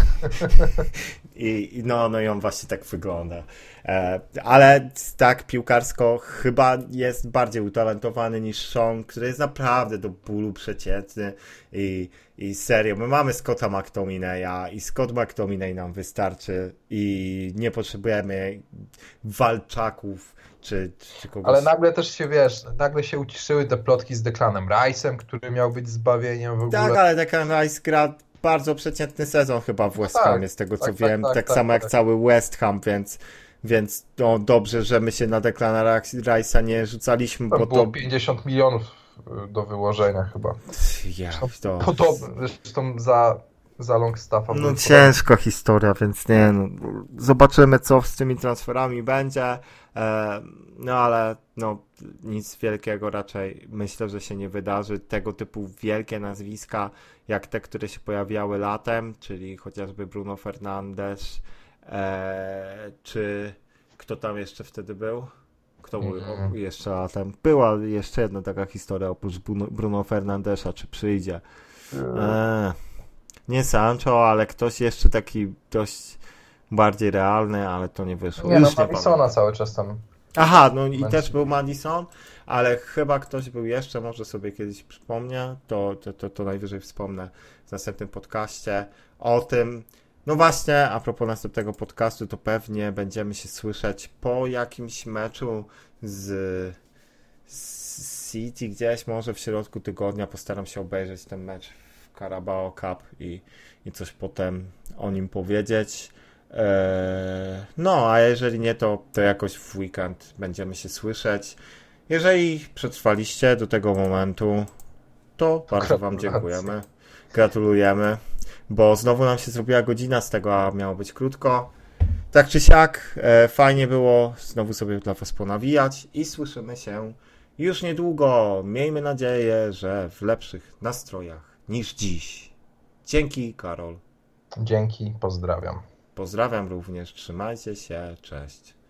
Speaker 1: I on właśnie tak wygląda. Ale tak piłkarsko chyba jest bardziej utalentowany niż Sean, który jest naprawdę do bólu przeciętny i serio, my mamy Scotta McTominaya i Scott McTominay nam wystarczy i nie potrzebujemy walczaków czy kogoś.
Speaker 2: Ale nagle też się, nagle się uciszyły te plotki z Declanem Rice'em, który miał być zbawieniem w ogóle.
Speaker 1: Tak, ale Declan Rice gra bardzo przeciętny sezon chyba w West Hamie, z tego co wiem, tak samo jak cały West Ham, więc dobrze, że my się na Declana Rice'a nie rzucaliśmy,
Speaker 2: To
Speaker 1: bo
Speaker 2: było 50 milionów do wyłożenia chyba. Podobne, zresztą za Longstaffa.
Speaker 1: Ciężka historia, więc zobaczymy co z tymi transferami będzie, ale nic wielkiego raczej myślę, że się nie wydarzy. Tego typu wielkie nazwiska, jak te, które się pojawiały latem, czyli chociażby Bruno Fernandes, czy kto tam jeszcze wtedy był? Kto był jeszcze latem? Była jeszcze jedna taka historia oprócz Bruno Fernandesza, czy przyjdzie. Nie Sancho, ale ktoś jeszcze taki dość bardziej realny, ale to nie wyszło.
Speaker 2: Nie, Madisona cały czas tam.
Speaker 1: Aha, i też był Madison, ale chyba ktoś był jeszcze, może sobie kiedyś przypomnę, to najwyżej wspomnę w następnym podcaście o tym. No właśnie, a propos następnego podcastu, to pewnie będziemy się słyszeć po jakimś meczu z City, gdzieś może w środku tygodnia. Postaram się obejrzeć ten mecz w Carabao Cup i coś potem o nim powiedzieć. A jeżeli nie, to jakoś w weekend będziemy się słyszeć. Jeżeli przetrwaliście do tego momentu, to bardzo wam dziękujemy. Gratulujemy, bo znowu nam się zrobiła godzina z tego, a miało być krótko. Tak czy siak, fajnie było znowu sobie dla was ponawijać i słyszymy się już niedługo. Miejmy nadzieję, że w lepszych nastrojach niż dziś. Dzięki, Karol.
Speaker 2: Dzięki, pozdrawiam.
Speaker 1: Pozdrawiam również, trzymajcie się, cześć.